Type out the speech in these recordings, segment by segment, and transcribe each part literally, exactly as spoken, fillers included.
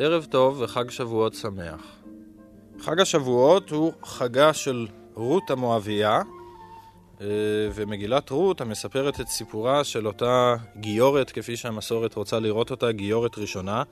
ערב טוב וחג שבועות שמח. חג השבועות הוא חגה של רות המואביה, ומגילת רות המספרת את סיפורה של אותה גיורת, כפי שהמסורת רוצה לראות אותה, גיורת ראשונה.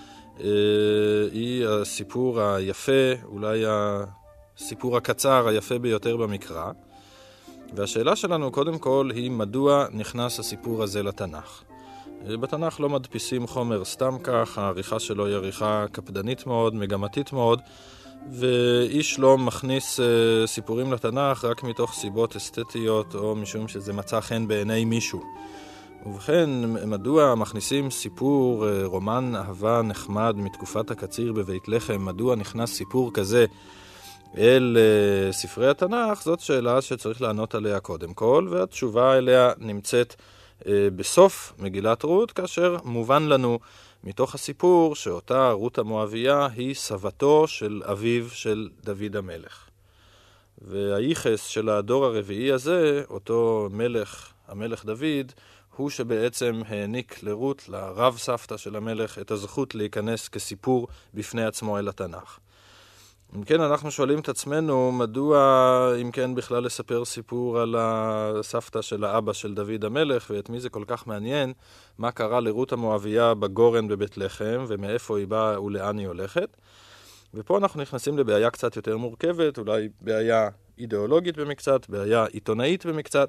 היא הסיפור היפה, אולי הסיפור הקצר היפה ביותר במקרא. והשאלה שלנו קודם כל היא מדוע נכנס הסיפור הזה לתנ"ך. בתנ"ך לא מדפיסים חומר סתם כך, העריכה שלו היא עריכה קפדנית מאוד, מגמתית מאוד, ואיש לא מכניס סיפורים לתנ"ך רק מתוך סיבות אסתטיות או משום שזה מצא חן בעיני מישהו. ובכן, מדוע מכניסים סיפור, רומן אהבה נחמד מתקופת הקציר בבית לחם, מדוע נכנס סיפור כזה אל ספרי התנ"ך? זאת שאלה שצריך לענות עליה קודם כל, והתשובה אליה נמצאת בסוף מגילת רות, כאשר מובן לנו מתוך הסיפור שאותה רות המואביה היא סבתו של אביו של דוד המלך. והייחס של הדור הרביעי הזה, אותו מלך, המלך דוד, הוא שבעצם העניק לרות, לרב סבתא של המלך, את הזכות להיכנס כסיפור בפני עצמו אל התנ"ך. אם כן, אנחנו שואלים את עצמנו, מדוע אם כן בכלל לספר סיפור על הסבתא של האבא של דוד המלך, ואת מי זה כל כך מעניין, מה קרה לרות המואביה בגורן בבית לחם, ומאיפה היא באה ולאן היא הולכת. ופה אנחנו נכנסים לבעיה קצת יותר מורכבת, אולי בעיה אידיאולוגית במקצת, בעיה עיתונאית במקצת,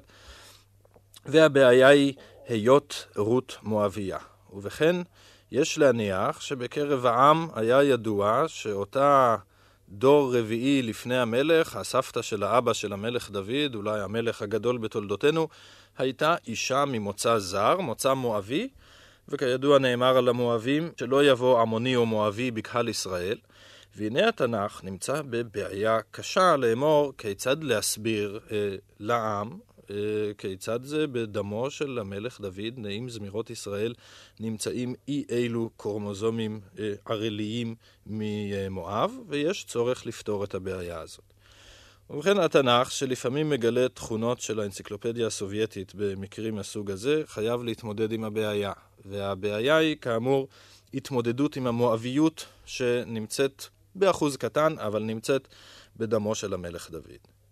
והבעיה היא היות רות מואביה. ובכן, יש להניח שבקרב העם היה ידוע שאותה דור רביעי לפני המלך, הסבתא של האבא של המלך דוד, אולי המלך הגדול בתולדותינו, הייתה אישה ממוצא זר, מוצא מואבי, וכידוע נאמר על המואבים שלא יבוא עמוני או מואבי בקהל ישראל. והנה התנ"ך נמצא בבעיה קשה לאמור כיצד להסביר אה, לעם, אה, כיצד זה בדמו של המלך דוד, נעים זמירות ישראל, נמצאים אי אילו קרומוזומים אה, ערליים ממואב, ויש צורך לפתור את הבעיה הזאת. ובכן, התנ"ך, שלפעמים מגלה תכונות של האנציקלופדיה הסובייטית במקרים מהסוג הזה, חייב להתמודד עם הבעיה. והבעיה היא, כאמור, התמודדות עם המואביות שנמצאת באחוז קטן, אבל נמצאת בדמו של המלך דוד.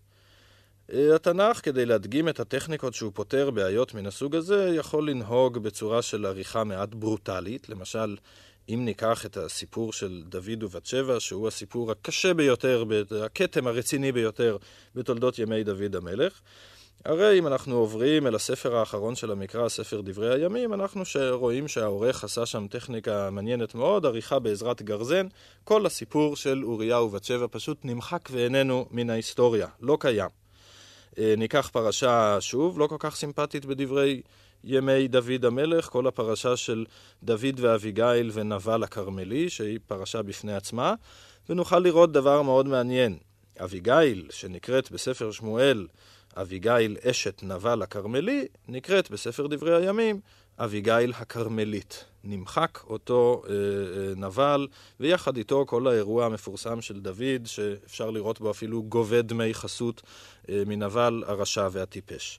התנ"ך, כדי להדגים את הטכניקות שהוא פותר בעיות מן הסוג הזה, יכול לנהוג בצורה של עריכה מעט ברוטלית. למשל, אם ניקח את הסיפור של דוד ובת שבע, שהוא הסיפור הקשה ביותר, הכתם הרציני ביותר בתולדות ימי דוד המלך, הרי אם אנחנו עוברים אל הספר האחרון של המקרא, ספר דברי הימים, אנחנו רואים שהעורך עשה שם טכניקה מעניינת מאוד, עריכה בעזרת גרזן. כל הסיפור של אוריה ובת שבע פשוט נמחק ואיננו מן ההיסטוריה, לא קיים. ניקח פרשה שוב, לא כל כך סימפטית בדברי ימי דוד המלך, כל הפרשה של דוד ואביגיל ונבל הכרמלי, שהיא פרשה בפני עצמה, ונוכל לראות דבר מאוד מעניין. אביגיל, שנקראת בספר שמואל אביגיל אשת נבל הכרמלי, נקראת בספר דברי הימים אביגיל הכרמלית. נמחק אותו אה, אה, נבל, ויחד איתו כל האירוע המפורסם של דוד, שאפשר לראות בו אפילו גובה דמי חסות אה, מנבל הרשע והטיפש.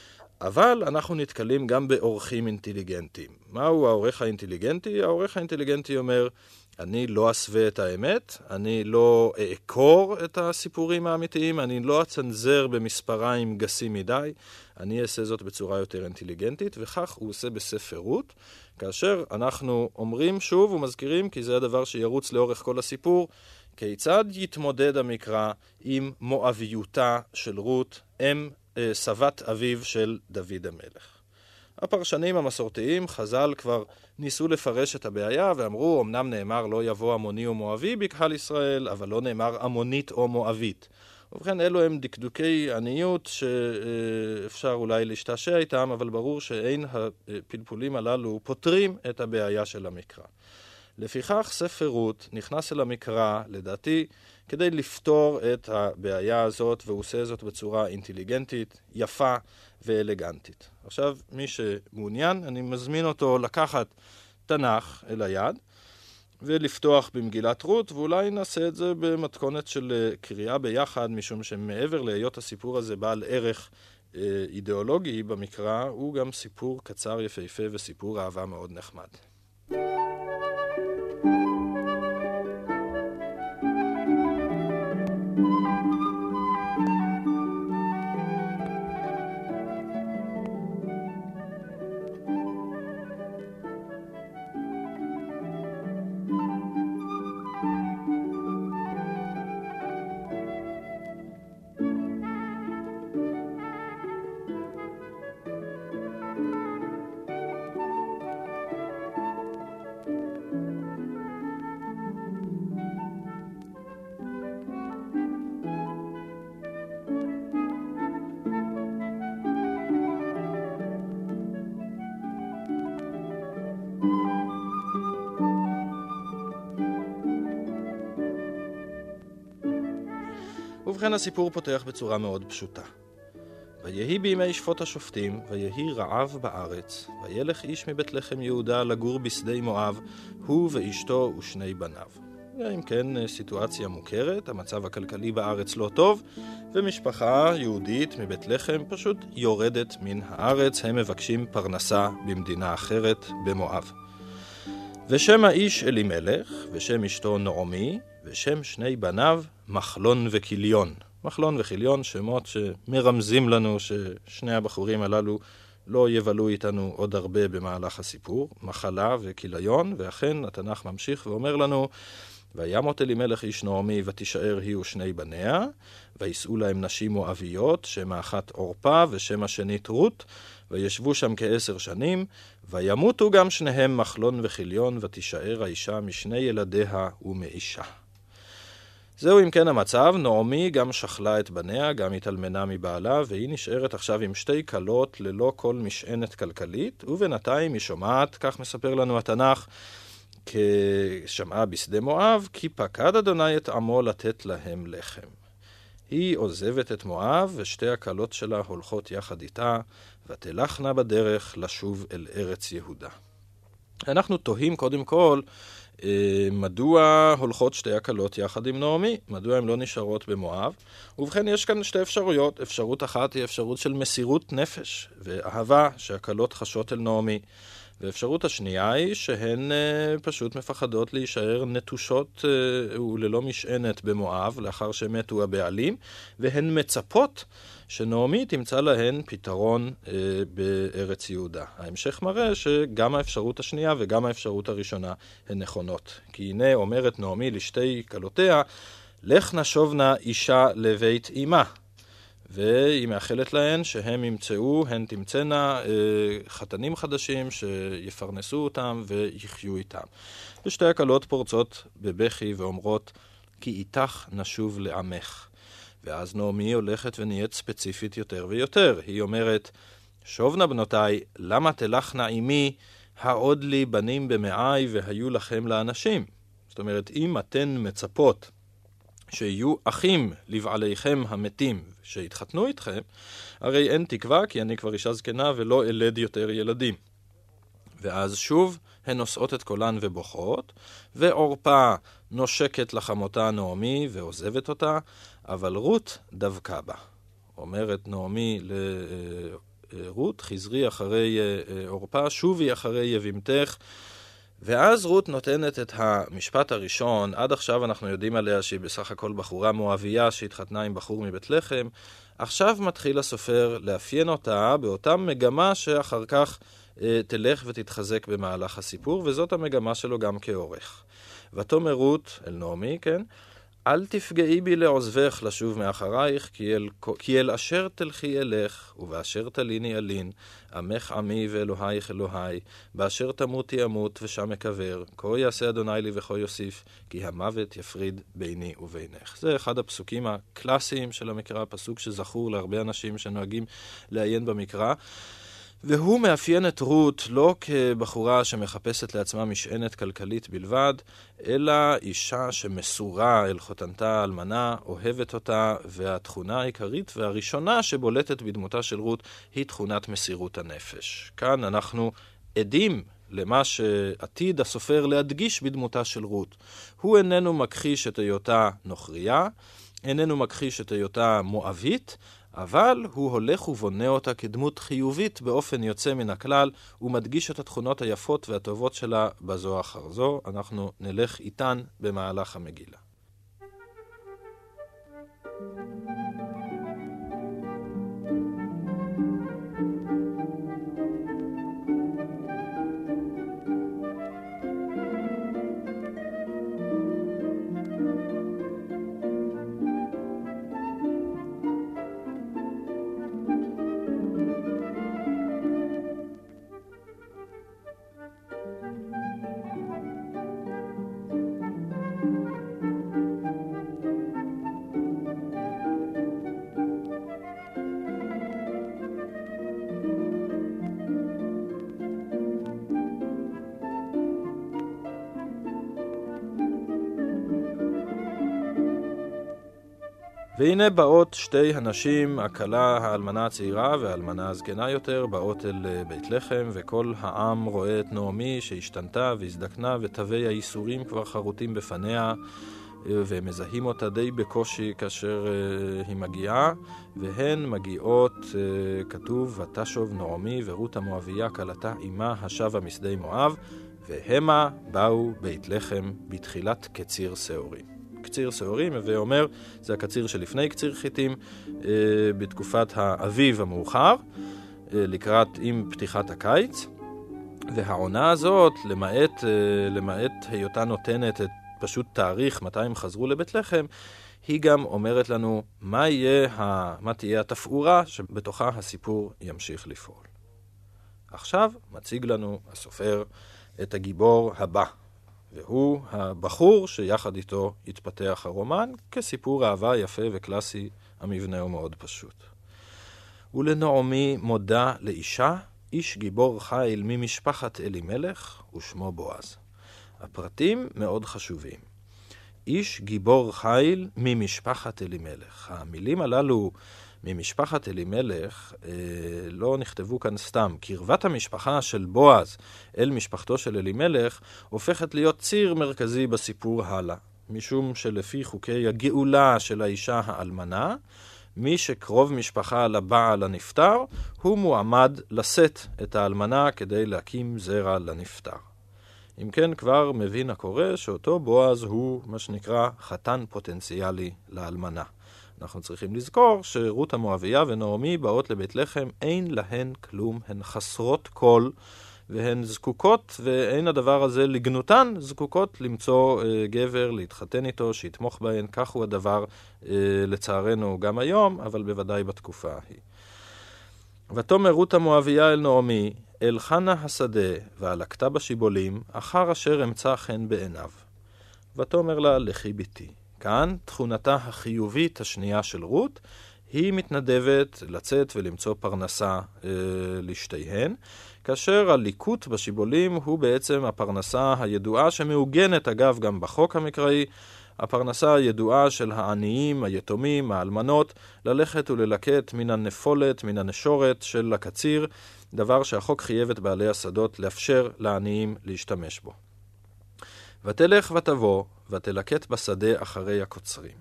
אבל אנחנו נתקלים גם באורחים אינטליגנטיים. מהו העורך האינטליגנטי? העורך האינטליגנטי אומר, אני לא אסווה את האמת, אני לא אעקור את הסיפורים האמיתיים, אני לא אצנזר במספריים גסים מדי, אני אעשה זאת בצורה יותר אינטליגנטית, וכך הוא עושה בספר רות, כאשר אנחנו אומרים שוב ומזכירים, כי זה הדבר שירוץ לאורך כל הסיפור, כיצד יתמודד המקרא עם מואביותה של רות, אם סבת אביו של דוד המלך. הפרשנים המסורתיים, חז"ל, כבר ניסו לפרש את הבעיה ואמרו, אמנם נאמר לא יבוא עמוני או מואבי בקהל ישראל, אבל לא נאמר עמונית או מואבית. ובכן, אלו הם דקדוקי עניות שאפשר אולי להשתעשע איתם, אבל ברור שאין הפלפולים הללו פותרים את הבעיה של המקרא. לפיכך ספר רות נכנס אל המקרא, לדעתי, כדי לפתור את הבעיה הזאת, והוא עושה זאת בצורה אינטליגנטית, יפה ואלגנטית. עכשיו, מי שמעוניין, אני מזמין אותו לקחת תנ"ך אל היד, ולפתוח במגילת רות, ואולי נעשה את זה במתכונת של קריאה ביחד, משום שמעבר להיות הסיפור הזה בעל ערך אידיאולוגי במקרא, הוא גם סיפור קצר יפהפה וסיפור אהבה מאוד נחמד. ובכן הסיפור פותח בצורה מאוד פשוטה. ויהי בימי שפוט השופטים, ויהי רעב בארץ, וילך איש מבית לחם יהודה לגור בשדה מואב, הוא ואשתו ושני בניו. אם כן, סיטואציה מוכרת, המצב הכלכלי בארץ לא טוב, ומשפחה יהודית מבית לחם פשוט יורדת מן הארץ, הם מבקשים פרנסה במדינה אחרת במואב. ושם האיש אלימלך, ושם אשתו נעמי, ושם שני בניו מחלון וכיליון. מחלון וכיליון, שמות שמרמזים לנו ששני הבחורים הללו לא יבלו איתנו עוד הרבה במהלך הסיפור, מחלה וכיליון, ואכן התנ"ך ממשיך ואומר לנו, וימות אלימלך איש נעמי ותישאר היא ושני בניה, וישאו להם נשים מואביות, שם האחת עורפה ושם השנית רות, וישבו שם כעשר שנים, וימותו גם שניהם מחלון וכיליון, ותישאר האישה משני ילדיה ומאישה. זהו אם כן המצב, נעמי גם שכלה את בניה, גם התאלמנה מבעלה, והיא נשארת עכשיו עם שתי כלות ללא כל משענת כלכלית, ובינתיים היא שומעת, כך מספר לנו התנ"ך, כשמעה בשדה מואב, כי פקד אדוני את עמו לתת להם לחם. היא עוזבת את מואב, ושתי הכלות שלה הולכות יחד איתה, ותלכנה בדרך לשוב אל ארץ יהודה. אנחנו תוהים קודם כל, מדוע הולכות שתי הכלות יחד עם נעמי? מדוע הן לא נשארות במואב? ובכן יש כאן שתי אפשרויות. אפשרות אחת היא אפשרות של מסירות נפש ואהבה שהכלות חשות אל נעמי. ואפשרות השנייה היא שהן פשוט מפחדות להישאר נטושות וללא משענת במואב לאחר שמתו הבעלים, והן מצפות שנעמי תמצא להן פתרון בארץ יהודה. ההמשך מראה שגם האפשרות השנייה וגם האפשרות הראשונה הן נכונות. כי הנה אומרת נעמי לשתי כלותיה, לך נשובנה אישה לבית אמה. והיא מאחלת להן שהם ימצאו, הן תמצאנה חתנים חדשים שיפרנסו אותם ויחיו איתם. ושתי הכלות פורצות בבכי ואומרות, כי איתך נשוב לעמך. ואז נעמי הולכת ונהיית ספציפית יותר ויותר. היא אומרת, שובנה בנותיי, למה תלכנה עמי, העוד לי בנים במעי והיו לכם לאנשים. זאת אומרת, אם אתן מצפות שיהיו אחים לבעליכם המתים שהתחתנו איתכם, הרי אין תקווה, כי אני כבר אישה זקנה ולא אלד יותר ילדים. ואז שוב הן נושאות את קולן ובוכות, ועורפה נושקת לחמותה נעמי ועוזבת אותה, אבל רות דבקה בה. אומרת נעמי לרות, חזרי אחרי עורפה, שובי אחרי יבימתך, ואז רות נותנת את המשפט הראשון. עד עכשיו אנחנו יודעים עליה שהיא בסך הכל בחורה מואביה שהתחתנה עם בחור מבית לחם. עכשיו מתחיל הסופר לאפיין אותה באותה מגמה שאחר כך אה, תלך ותתחזק במהלך הסיפור, וזאת המגמה שלו גם כאורך. ותאמר רות אל נעמי, כן? אל תפגעי בי לעוזבך לשוב מאחרייך, כי אל, כי אל אשר תלכי אלך, ובאשר תליני אלין, עמך עמי ואלוהיך אלוהי, באשר תמותי אמות ושם אקבר, כה יעשה אדוני לי וכה יוסיף, כי המוות יפריד ביני ובינך. זה אחד הפסוקים הקלאסיים של המקרא, פסוק שזכור להרבה אנשים שנוהגים לעיין במקרא, והוא מאפיין את רות לא כבחורה שמחפשת לעצמה משענת כלכלית בלבד, אלא אישה שמסורה אל חותנתה אלמנה, אוהבת אותה, והתכונה העיקרית והראשונה שבולטת בדמותה של רות היא תכונת מסירות הנפש. כאן אנחנו עדים למה שעתיד הסופר להדגיש בדמותה של רות. הוא איננו מכחיש את היותה נוכריה, איננו מכחיש את היותה מואבית, אבל הוא הולך ובונה אותה כדמות חיובית באופן יוצא מן הכלל, ומדגיש את התכונות היפות והטובות שלה בזו אחר זו. אנחנו נלך איתן במהלך המגילה. והנה באות שתי הנשים, הכלה האלמנה הצעירה והאלמנה הזקנה יותר, באות אל בית לחם, וכל העם רואה את נעמי שהשתנתה והזדקנה, ותווי הייסורים כבר חרוטים בפניה, והם מזהים אותה די בקושי כאשר uh, היא מגיעה, והן מגיעות, uh, כתוב, ותשוב נעמי ורות המואביה כלתה עמה השבה משדה מואב, והמה באו בית לחם בתחילת קציר שעורים. קציר שעורים, ואומר, זה הקציר שלפני קציר חיטים, uh, בתקופת האביב המאוחר, uh, לקראת עם פתיחת הקיץ, והעונה הזאת, למעט, uh, למעט היותה נותנת את פשוט תאריך מתי הם חזרו לבית לחם, היא גם אומרת לנו מה יהיה ה... מה תהיה התפאורה שבתוכה הסיפור ימשיך לפעול. עכשיו מציג לנו הסופר את הגיבור הבא, והוא הבחור שיחד איתו התפתח הרומן, כסיפור אהבה יפה וקלאסי, המבנה הוא מאוד פשוט. ולנעמי מודה לאישה, איש גיבור חיל ממשפחת אלימלך, ושמו בועז. הפרטים מאוד חשובים. איש גיבור חיל ממשפחת אלימלך. המילים הללו ממשפחת אלימלך אה, לא נכתבו כאן סתם. קרבת המשפחה של בועז אל משפחתו של אלימלך הופכת להיות ציר מרכזי בסיפור הלאה. משום שלפי חוקי הגאולה של האישה האלמנה, מי שקרוב משפחה לבעל הנפטר, הוא מועמד לשאת את האלמנה כדי להקים זרע לנפטר. אם כן, כבר מבין הקורא שאותו בועז הוא מה שנקרא חתן פוטנציאלי לאלמנה. אנחנו צריכים לזכור שרות המואביה ונעמי באות לבית לחם, אין להן כלום, הן חסרות כל, והן זקוקות, ואין הדבר הזה לגנותן, זקוקות למצוא אה, גבר, להתחתן איתו, שיתמוך בהן. כך הוא הדבר אה, לצערנו גם היום, אבל בוודאי בתקופה ההיא. ותאמר רות המואביה אל נעמי, אל חנה השדה והלקתה בשיבולים, אחר אשר אמצא חן בעיניו. ותאמר לה, לכי ביתי. כאן תכונתה החיובית השנייה של רות, היא מתנדבת לצאת ולמצוא פרנסה אה, לשתיהן, כאשר הליקוט בשיבולים הוא בעצם הפרנסה הידועה שמעוגנת אגב גם בחוק המקראי, הפרנסה הידועה של העניים, היתומים, האלמנות, ללכת וללקט מן הנפולת, מן הנשורת של הקציר, דבר שהחוק חייב את בעלי השדות לאפשר לעניים להשתמש בו. ותלך ותבוא, ותלקט בשדה אחרי הקוצרים.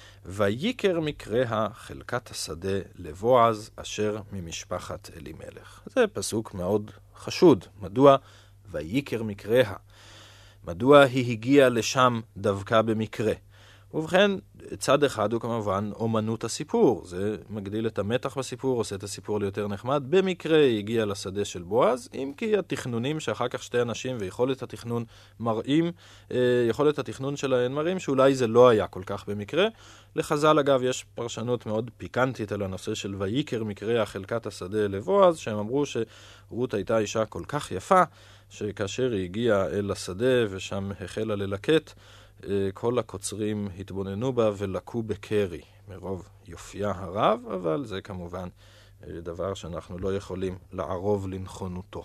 ויקר מקריה חלקת השדה לבועז אשר ממשפחת אלימלך. זה פסוק מאוד חשוד. מדוע? ויקר מקריה. מדוע היא הגיעה לשם דווקא במקרה? ובכן, צד אחד הוא כמובן אומנות הסיפור. זה מגדיל את המתח בסיפור, עושה את הסיפור ליותר נחמד. במקרה היא הגיעה לשדה של בועז, אם כי התכנונים שאחר כך שתי אנשים ויכולת התכנון מראים, יכולת התכנון שלהן מראים שאולי זה לא היה כל כך במקרה. לחז"ל אגב יש פרשנות מאוד פיקנטית על הנושא של ויקר מקרה חלקת השדה לבועז, שהם אמרו שרות הייתה אישה כל כך יפה, שכאשר היא הגיעה אל השדה ושם החלה ללקט, כל הקוצרים התבוננו בה ולקו בקרי מרוב יופייה הרב, אבל זה כמובן דבר שאנחנו לא יכולים לערוב לנכונותו.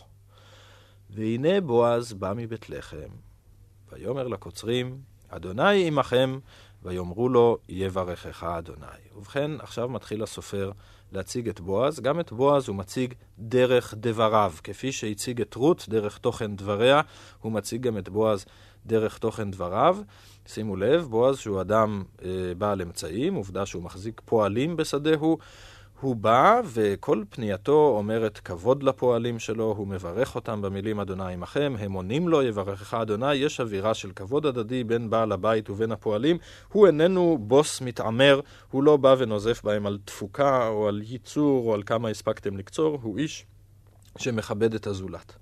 והנה בועז בא מבית לחם, ויאמר לקוצרים, אדוני עמכם, ויאמרו לו, יברכך אדוני. ובכן, עכשיו מתחיל הסופר להציג את בועז. גם את בועז הוא מציג דרך דבריו, כפי שהציג את רות דרך תוכן דבריה, הוא מציג גם את בועז דרך תוכן דבריו. שימו לב, בועז שהוא אדם אה, בעל אמצעים, עובדה שהוא מחזיק פועלים בשדהו, הוא בא וכל פנייתו אומרת כבוד לפועלים שלו, הוא מברך אותם במילים אדוני עמכם, הם עונים לו יברכך אדוני, יש אווירה של כבוד הדדי בין בעל הבית ובין הפועלים, הוא איננו בוס מתעמר, הוא לא בא ונוזף בהם על תפוקה או על ייצור או על כמה הספקתם לקצור, הוא איש שמכבד את הזולת.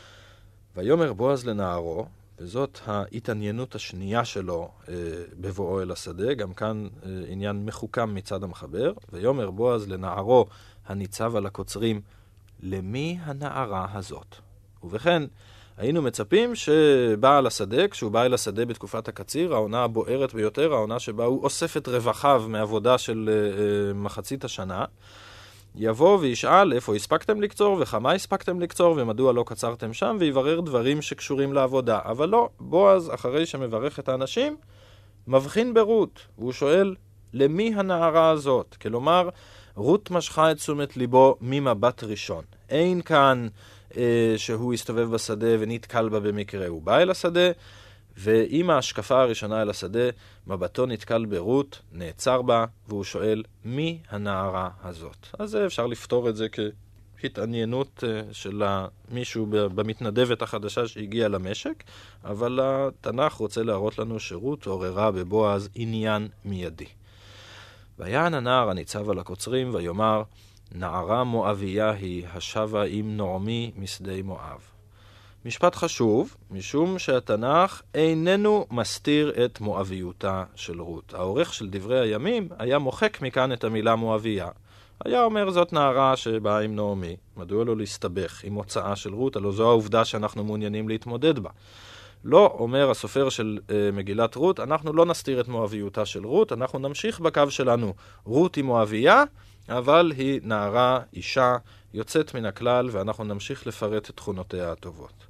ויאמר בועז לנערו, וזאת ההתעניינות השנייה שלו אה, בבואו אל השדה, גם כאן אה, עניין מחוכם מצד המחבר. ויאמר בועז לנערו הניצב על הקוצרים, למי הנערה הזאת? ובכן, היינו מצפים שבעל השדה, כשהוא בא אל השדה בתקופת הקציר, העונה הבוערת ביותר, העונה שבה הוא אוסף את רווחיו מעבודה של אה, מחצית השנה, יבוא וישאל איפה הספקתם לקצור וכמה הספקתם לקצור ומדוע לא קצרתם שם, ויברר דברים שקשורים לעבודה. אבל לא, בועז אחרי שמברך את האנשים מבחין ברות, והוא שואל למי הנערה הזאת? כלומר, רות משכה את תשומת ליבו ממבט ראשון. אין כאן אה, שהוא הסתובב בשדה ונתקל בה במקרה. הוא בא אל השדה, ועם ההשקפה הראשונה אל השדה, מבטו נתקל ברות, נעצר בה, והוא שואל, מי הנערה הזאת? אז אפשר לפתור את זה כהתעניינות של מישהו במתנדבת החדשה שהגיעה למשק, אבל התנ"ך רוצה להראות לנו שרות עוררה בבועז עניין מיידי. ויען הנער הניצב על הקוצרים ויאמר, נערה מואביה היא השבה עם נעמי משדה מואב. משפט חשוב, משום שהתנ"ך איננו מסתיר את מואביותה של רות. העורך של דברי הימים היה מוחק מכאן את המילה מואביה. היה אומר זאת נערה שבאה עם נעמי. מדוע לא להסתבך עם הוצאה של רות? הלא זו העובדה שאנחנו מעוניינים להתמודד בה. לא אומר הסופר של uh, מגילת רות, אנחנו לא נסתיר את מואביותה של רות, אנחנו נמשיך בקו שלנו. רות היא מואביה, אבל היא נערה, אישה, יוצאת מן הכלל, ואנחנו נמשיך לפרט את תכונותיה הטובות.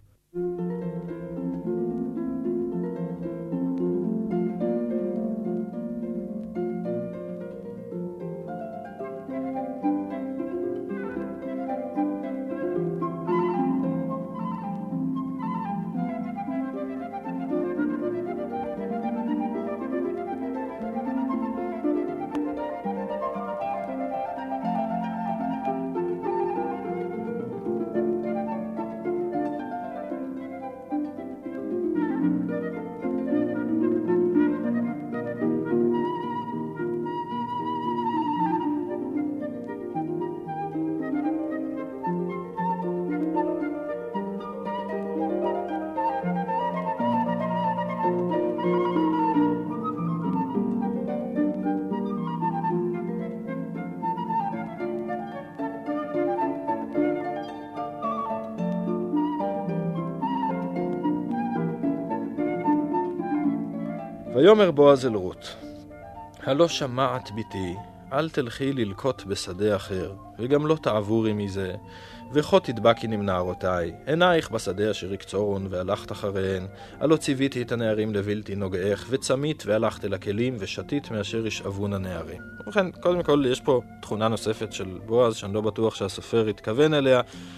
ויאמר בועז אל רות, הלא שמעת ביתי, אל תלכי ללקוט בשדה אחר, וגם לא תעבורי מזה, וכה תדבקי עם נערותיי, עינייך בשדה אשר יקצורון, והלכת אחריהן, הלא ציוויתי את הנערים לבלתי נוגעך, וצמית והלכת אל הכלים, ושתית מאשר ישאבון הנערים. ובכן, קודם כל יש פה תכונה נוספת של בועז, שאני לא בטוח שהסופר התכוון אליה,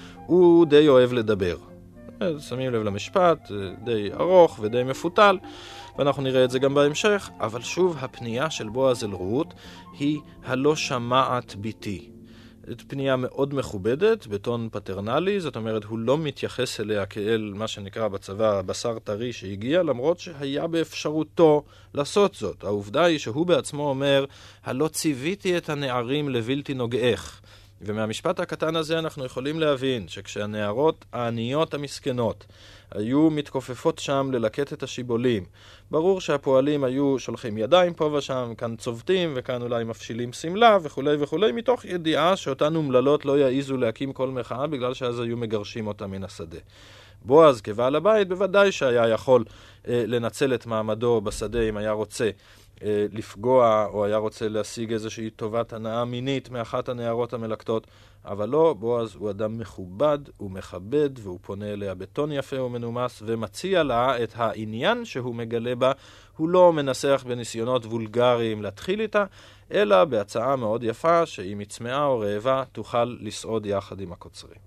הוא די אוהב לדבר. שמים לב למשפט, די ארוך ודי מפותל, ואנחנו נראה את זה גם בהמשך, אבל שוב הפנייה של בועז אל רות היא הלא שמעת ביתי. את פנייה מאוד מכובדת, בטון פטרנלי, זאת אומרת הוא לא מתייחס אליה כאל מה שנקרא בצבא בשר טרי שהגיע, למרות שהיה באפשרותו לעשות זאת. העובדה היא שהוא בעצמו אומר, הלא ציוויתי את הנערים לבלתי נוגעך. ומהמשפט הקטן הזה אנחנו יכולים להבין שכשהנערות העניות המסכנות היו מתכופפות שם ללקט את השיבולים, ברור שהפועלים היו שולחים ידיים פה ושם, כאן צובטים וכאן אולי מפשילים סמלה וכו' וכו', מתוך ידיעה שאותן אומללות לא יעיזו להקים כל מחאה בגלל שאז היו מגרשים אותה מן השדה. בועז כבעל הבית בוודאי שהיה יכול אה, לנצל את מעמדו בשדה אם היה רוצה אה, לפגוע או היה רוצה להשיג איזושהי טובת הנאה מינית מאחת הנערות המלקטות, אבל לא, בועז הוא אדם מכובד ומכבד והוא פונה אליה בטון יפה ומנומס ומציע לה את העניין שהוא מגלה בה. הוא לא מנסח בניסיונות וולגריים להתחיל איתה, אלא בהצעה מאוד יפה שאם היא צמאה או רעבה תוכל לסעוד יחד עם הקוצרים.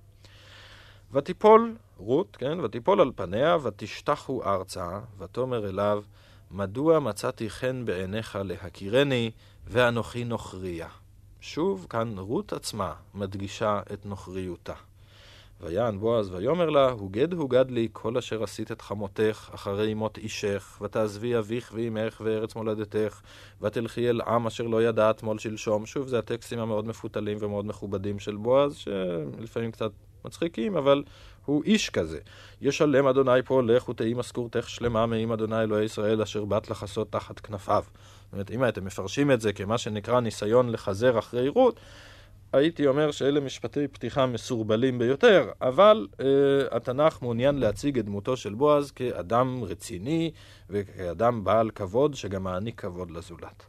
ותיפול רות, כן, ותיפול על פניה ותשתחו ארצה, ותאמר אליו, מדוע מצאתי חן בעיניך להכירני ואנוכי נוכריה. שוב, כאן רות עצמה מדגישה את נוכריותה. ויען בועז ויאמר לה, הוגד הוגד לי כל אשר עשית את חמותך אחרי מות אישך, ותעזבי אביך ואימך וארץ מולדתך, ותלכי אל עם אשר לא ידעת מול שלשום. שוב, זה הטקסטים המאוד מפותלים ומאוד מכובדים של בועז, שלפעמים קצת מצחיקים, אבל הוא איש כזה. ישלם אדוני פה לך ותהי משכורתך שלמה מעם אדוני אלוהי ישראל אשר באת לחסות תחת כנפיו. זאת אומרת, אם אתם מפרשים את זה כמה שנקרא ניסיון לחזר אחרי רות, הייתי אומר שאלה משפטי פתיחה מסורבלים ביותר, אבל אה, התנ"ך מעוניין להציג את דמותו של בועז כאדם רציני וכאדם בעל כבוד שגם מעניק כבוד לזולת.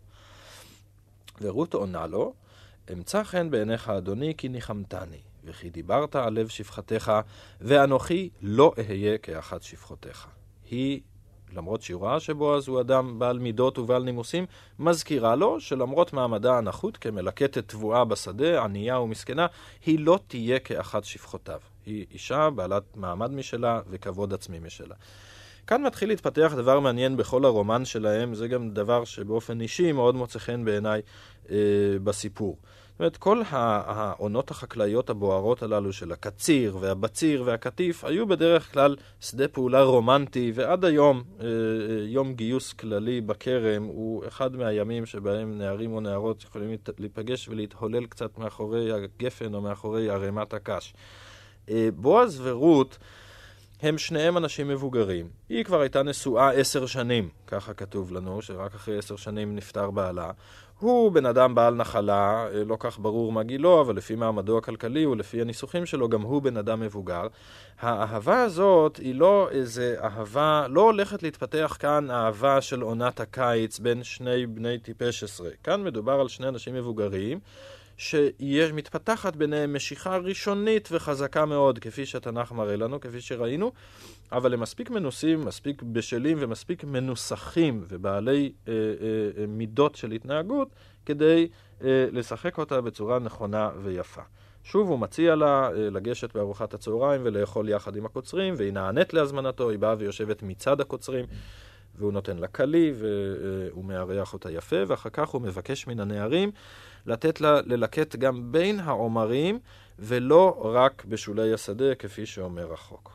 ורות עונה לו, אמצא חן בעיניך אדוני כי ניחמתני, וכי דיברת על לב שפחתך, ואנוכי לא אהיה כאחת שפחותיך. היא למרות שהיא רואה שבועז הוא אדם בעל מידות ובעל נימוסים, מזכירה לו שלמרות מעמדה הנחות כמלקטת תבואה בשדה, ענייה ומסכנה, היא לא תהיה כאחת שפחותיו. היא אישה בעלת מעמד משלה וכבוד עצמי משלה. כאן מתחיל להתפתח דבר מעניין בכל הרומן שלהם, זה גם דבר שבאופן אישי מאוד מוצא חן בעיניי אה, בסיפור. זאת אומרת, כל העונות החקלאיות הבוערות הללו של הקציר והבציר והקטיף היו בדרך כלל שדה פעולה רומנטי, ועד היום יום גיוס כללי בכרם הוא אחד מהימים שבהם נערים או נערות יכולים להיפגש ולהתהולל קצת מאחורי הגפן או מאחורי ערימת הקש. בועז ורות הם שניהם אנשים מבוגרים. היא כבר הייתה נשואה עשר שנים, ככה כתוב לנו, שרק אחרי עשר שנים נפטר בעלה. הוא בן אדם בעל נחלה, לא כך ברור מה גילו, אבל לפי מעמדו הכלכלי ולפי הניסוחים שלו, גם הוא בן אדם מבוגר. האהבה הזאת היא לא איזה אהבה, לא הולכת להתפתח כאן אהבה של עונת הקיץ בין שני בני טיפש עשרה. כאן מדובר על שני אנשים מבוגרים, שיש מתפתחת ביניהם משיכה ראשונית וחזקה מאוד, כפי שהתנ"ך מראה לנו, כפי שראינו, אבל הם מספיק מנוסים, מספיק בשלים ומספיק מנוסחים ובעלי אה, אה, מידות של התנהגות, כדי אה, לשחק אותה בצורה נכונה ויפה. שוב הוא מציע לה אה, לגשת בארוחת הצהריים ולאכול יחד עם הקוצרים, והיא נענית להזמנתו, היא באה ויושבת מצד הקוצרים, והוא נותן לה כלי והוא מארח אותה יפה, ואחר כך הוא מבקש מן הנערים לתת לה ללקט גם בין העומרים ולא רק בשולי השדה כפי שאומר החוק.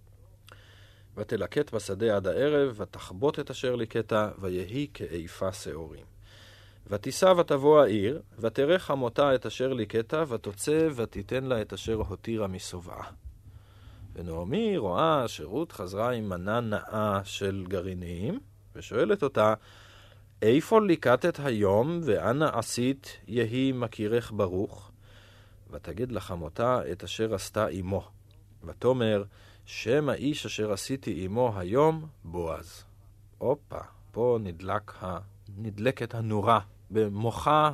ותלקט בשדה עד הערב ותחבוט את אשר ליקטה ויהי כאיפה שעורים. ותיסע ותבוא העיר ותראה חמותה את אשר ליקטה ותוצא ותיתן לה את אשר הותירה מסובעה. ונעמי רואה שרות חזרה עם מנה נאה של גרעינים, ושואלת אותה, איפה ליקטת היום ואנה עשית יהי מכירך ברוך? ותגיד לחמותה את אשר עשתה אמו. ותאמר, שם האיש אשר עשיתי אמו היום בועז. אופה, פה נדלק ה... נדלקת הנורה במוחה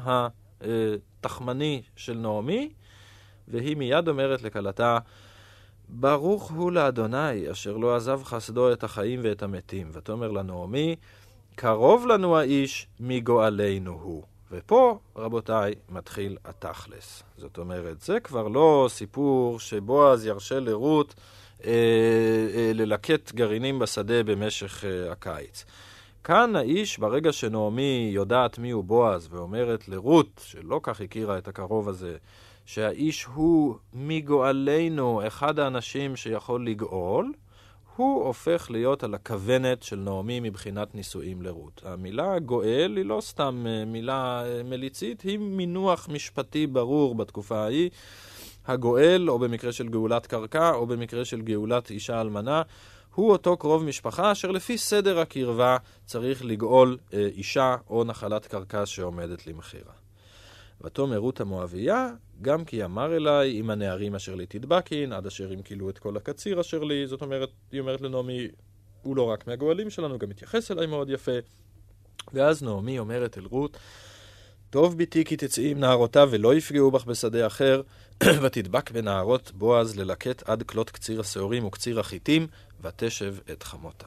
התחמני של נעמי, והיא מיד אומרת לכלתה, ברוך הוא לאדוני, אשר לא עזב חסדו את החיים ואת המתים. ותאמר לנעמי, קרוב לנו האיש מגואלנו הוא. ופה, רבותיי, מתחיל התכלס. זאת אומרת, זה כבר לא סיפור שבועז ירשה לרות אה, אה, ללקט גרעינים בשדה במשך אה, הקיץ. כאן האיש, ברגע שנעמי יודעת מי הוא בועז, ואומרת לרות, שלא כך הכירה את הקרוב הזה, שהאיש הוא מגואלנו, אחד האנשים שיכול לגאול, הוא הופך להיות על הכוונת של נעמי מבחינת נישואים לרות. המילה גואל היא לא סתם מילה מליצית, היא מינוח משפטי ברור בתקופה ההיא. הגואל, או במקרה של גאולת קרקע, או במקרה של גאולת אישה אלמנה, הוא אותו קרוב משפחה אשר לפי סדר הקרבה צריך לגאול אישה או נחלת קרקע שעומדת למחירה. ותאמר רות המואביה, גם כי אמר אליי, עם הנערים אשר לי תדבקין, עד אשר ימכילו את כל הקציר אשר לי. זאת אומרת, היא אומרת לנעמי, הוא לא רק מהגואלים שלנו, גם מתייחס אליי מאוד יפה. ואז נעמי אומרת אל רות, טוב ביתי כי תצאי עם נערותיו ולא יפגעו בך בשדה אחר, ותדבק בנערות בועז ללקט עד כלות קציר השעורים וקציר החיטים, ותשב את חמותה.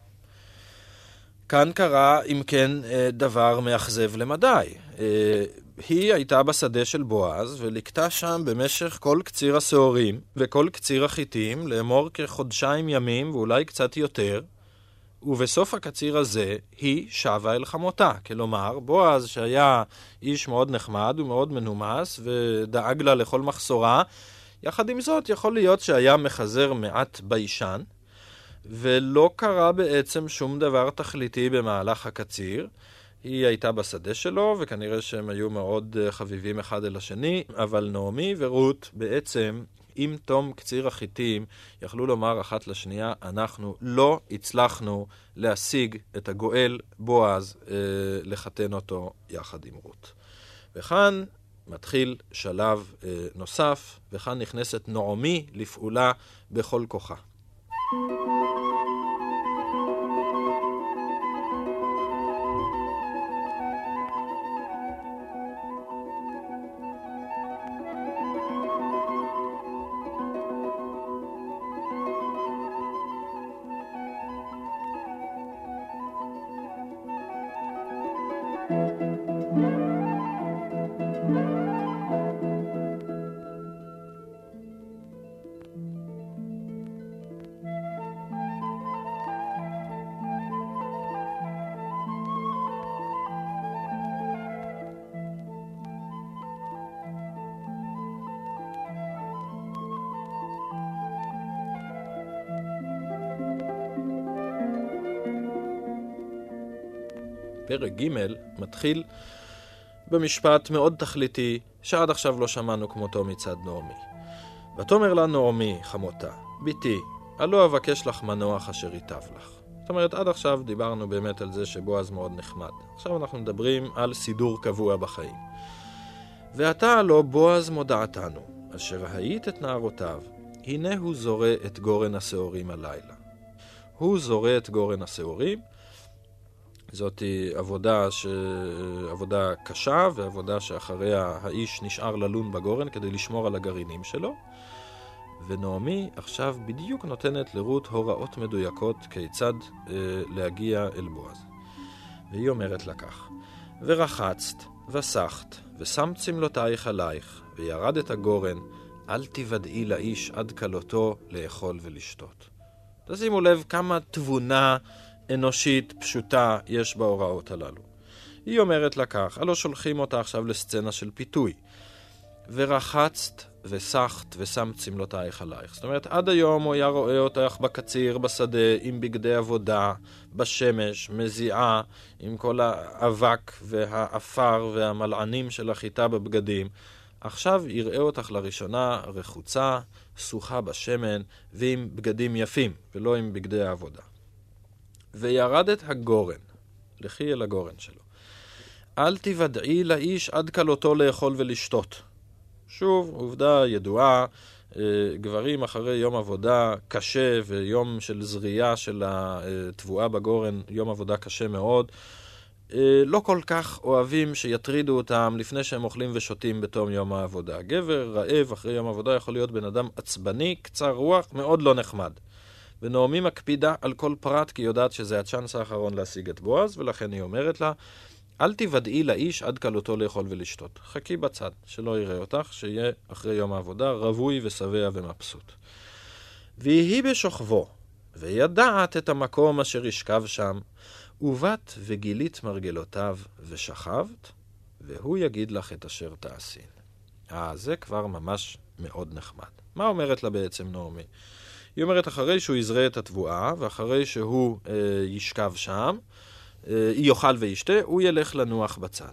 כאן קרה, אם כן, דבר מאכזב למדי. היא הייתה בשדה של בועז, ולקטה שם במשך כל קציר השעורים וכל קציר החיטים, לאמור כחודשיים ימים ואולי קצת יותר, ובסוף הקציר הזה היא שבה אל חמותה. כלומר, בועז שהיה איש מאוד נחמד ומאוד מנומס ודאג לה לכל מחסורה, יחד עם זאת יכול להיות שהיה מחזר מעט ביישן, ולא קרה בעצם שום דבר תכליתי במהלך הקציר. היא הייתה בשדה שלו, וכנראה שהם היו מאוד חביבים אחד אל השני, אבל נעמי ורות בעצם, עם תום קציר החיטים, יכלו לומר אחת לשנייה, אנחנו לא הצלחנו להשיג את הגואל בועז, אה, לחתן אותו יחד עם רות. וכאן מתחיל שלב אה, נוסף, וכאן נכנסת נעמי לפעולה בכל כוחה. פרק ג' מתחיל במשפט מאוד תכליתי שעד עכשיו לא שמענו כמותו מצד נעמי. ותאמר לה נעמי חמותה, ביתי, הלא אבקש לך מנוח אשר ייטב לך. זאת אומרת, עד עכשיו דיברנו באמת על זה שבועז מאוד נחמד. עכשיו אנחנו מדברים על סידור קבוע בחיים. ועתה הלא בועז מודעתנו, אשר היית את נערותיו, הנה הוא זורע את גורן השעורים הלילה. הוא זורע את גורן השעורים, זאת עבודה, ש... עבודה קשה ועבודה שאחריה האיש נשאר ללון בגורן כדי לשמור על הגרעינים שלו. ונעמי עכשיו בדיוק נותנת לרות הוראות מדויקות כיצד אה, להגיע אל בועז. והיא אומרת לה כך, ורחצת וסחת ושם צמלותייך עלייך וירד את הגורן, אל תוודאי לאיש עד קלותו לאכול ולשתות. תשימו לב כמה תבונה אנושית פשוטה יש בהוראות הללו. היא אומרת לה כך, הלא שולחים אותה עכשיו לסצנה של פיתוי. ורחצת וסחת ושם צמלותייך עלייך. זאת אומרת, עד היום הוא היה רואה אותך בקציר, בשדה, עם בגדי עבודה, בשמש, מזיעה, עם כל האבק והאפר והמלענים של החיטה בבגדים. עכשיו יראה אותך לראשונה רחוצה, סוחה בשמן, ועם בגדים יפים, ולא עם בגדי העבודה. וירדת הגורן, לכי אל הגורן שלו. אל תוודאי לאיש עד קלותו לאכול ולשתות. שוב, עובדה ידועה, גברים אחרי יום עבודה קשה ויום של זריעה של התבואה בגורן, יום עבודה קשה מאוד, לא כל כך אוהבים שיטרידו אותם לפני שהם אוכלים ושותים בתום יום העבודה. גבר רעב אחרי יום עבודה יכול להיות בן אדם עצבני, קצר רוח, מאוד לא נחמד. ונעמי מקפידה על כל פרט כי יודעת שזה הצ'אנס האחרון להשיג את בועז, ולכן היא אומרת לה, אל תוודאי לאיש עד קלותו לאכול ולשתות. חכי בצד, שלא יראה אותך, שיהיה אחרי יום העבודה רווי ושבע ומבסוט. ויהי בשוכבו, וידעת את המקום אשר ישכב שם, ובת וגילית מרגלותיו ושכבת, והוא יגיד לך את אשר תעשין. אה, זה כבר ממש מאוד נחמד. מה אומרת לה בעצם נעמי? היא אומרת, אחרי שהוא יזרה את התבואה, ואחרי שהוא אה, ישכב שם, יאכל וישתה, הוא ילך לנוח בצד.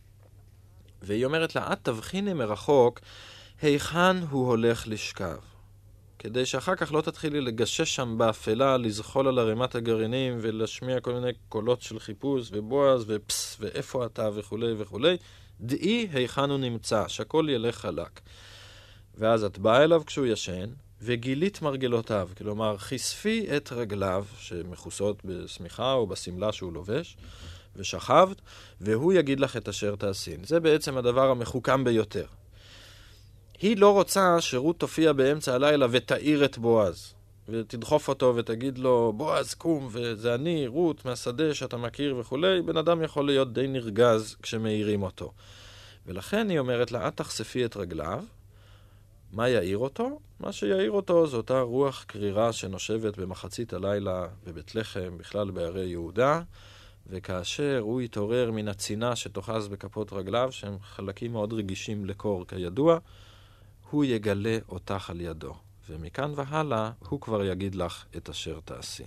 והיא אומרת לה, את תבחיני מרחוק, היכן הוא הולך לשכב. כדי שאחר כך לא תתחילי לגשש שם באפלה, לזחול על ערימת הגרעינים, ולהשמיע כל מיני קולות של חיפוש, ובועז, ופס, ואיפה אתה, וכו' וכו'. דעי היכן הוא נמצא, שהכל ילך חלק. ואז את באה אליו כשהוא ישן, וגילית מרגלותיו, כלומר, חשפי את רגליו, שמכוסות בסמיכה או בסמלה שהוא לובש, ושכבת, והוא יגיד לך את אשר תעשין. זה בעצם הדבר המחוכם ביותר. היא לא רוצה שרות תופיע באמצע הלילה ותאיר את בועז, ותדחוף אותו ותגיד לו, בועז, קום, וזה אני, רות, מהשדה שאתה מכיר וכו'. בן אדם יכול להיות די נרגז כשמאירים אותו. ולכן היא אומרת לה, את תחשפי את רגליו, מה יאיר אותו? מה שיאיר אותו זו אותה רוח קרירה שנושבת במחצית הלילה בבית לחם, בכלל בערי יהודה, וכאשר הוא יתעורר מן הצינה שתוחז בכפות רגליו, שהם חלקים מאוד רגישים לקור כידוע, הוא יגלה אותך על ידו, ומכאן והלאה הוא כבר יגיד לך את אשר תעשין.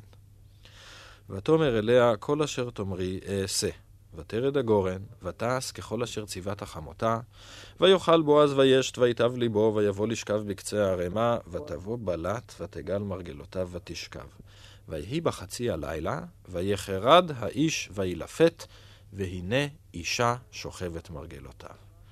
ותאמר אליה, כל אשר תאמרי אעשה. ותרד הגורן, ותעש ככל אשר ציוות חמותה, ויאכל בועז וישת, ויטב ליבו, ויבוא לשכב בקצה הערימה, ותבוא בלט, ותגל מרגלותיו ותשכב. ויהי בחצי הלילה, ויחרד האיש וילפת, והנה אישה שוכבת מרגלותיו.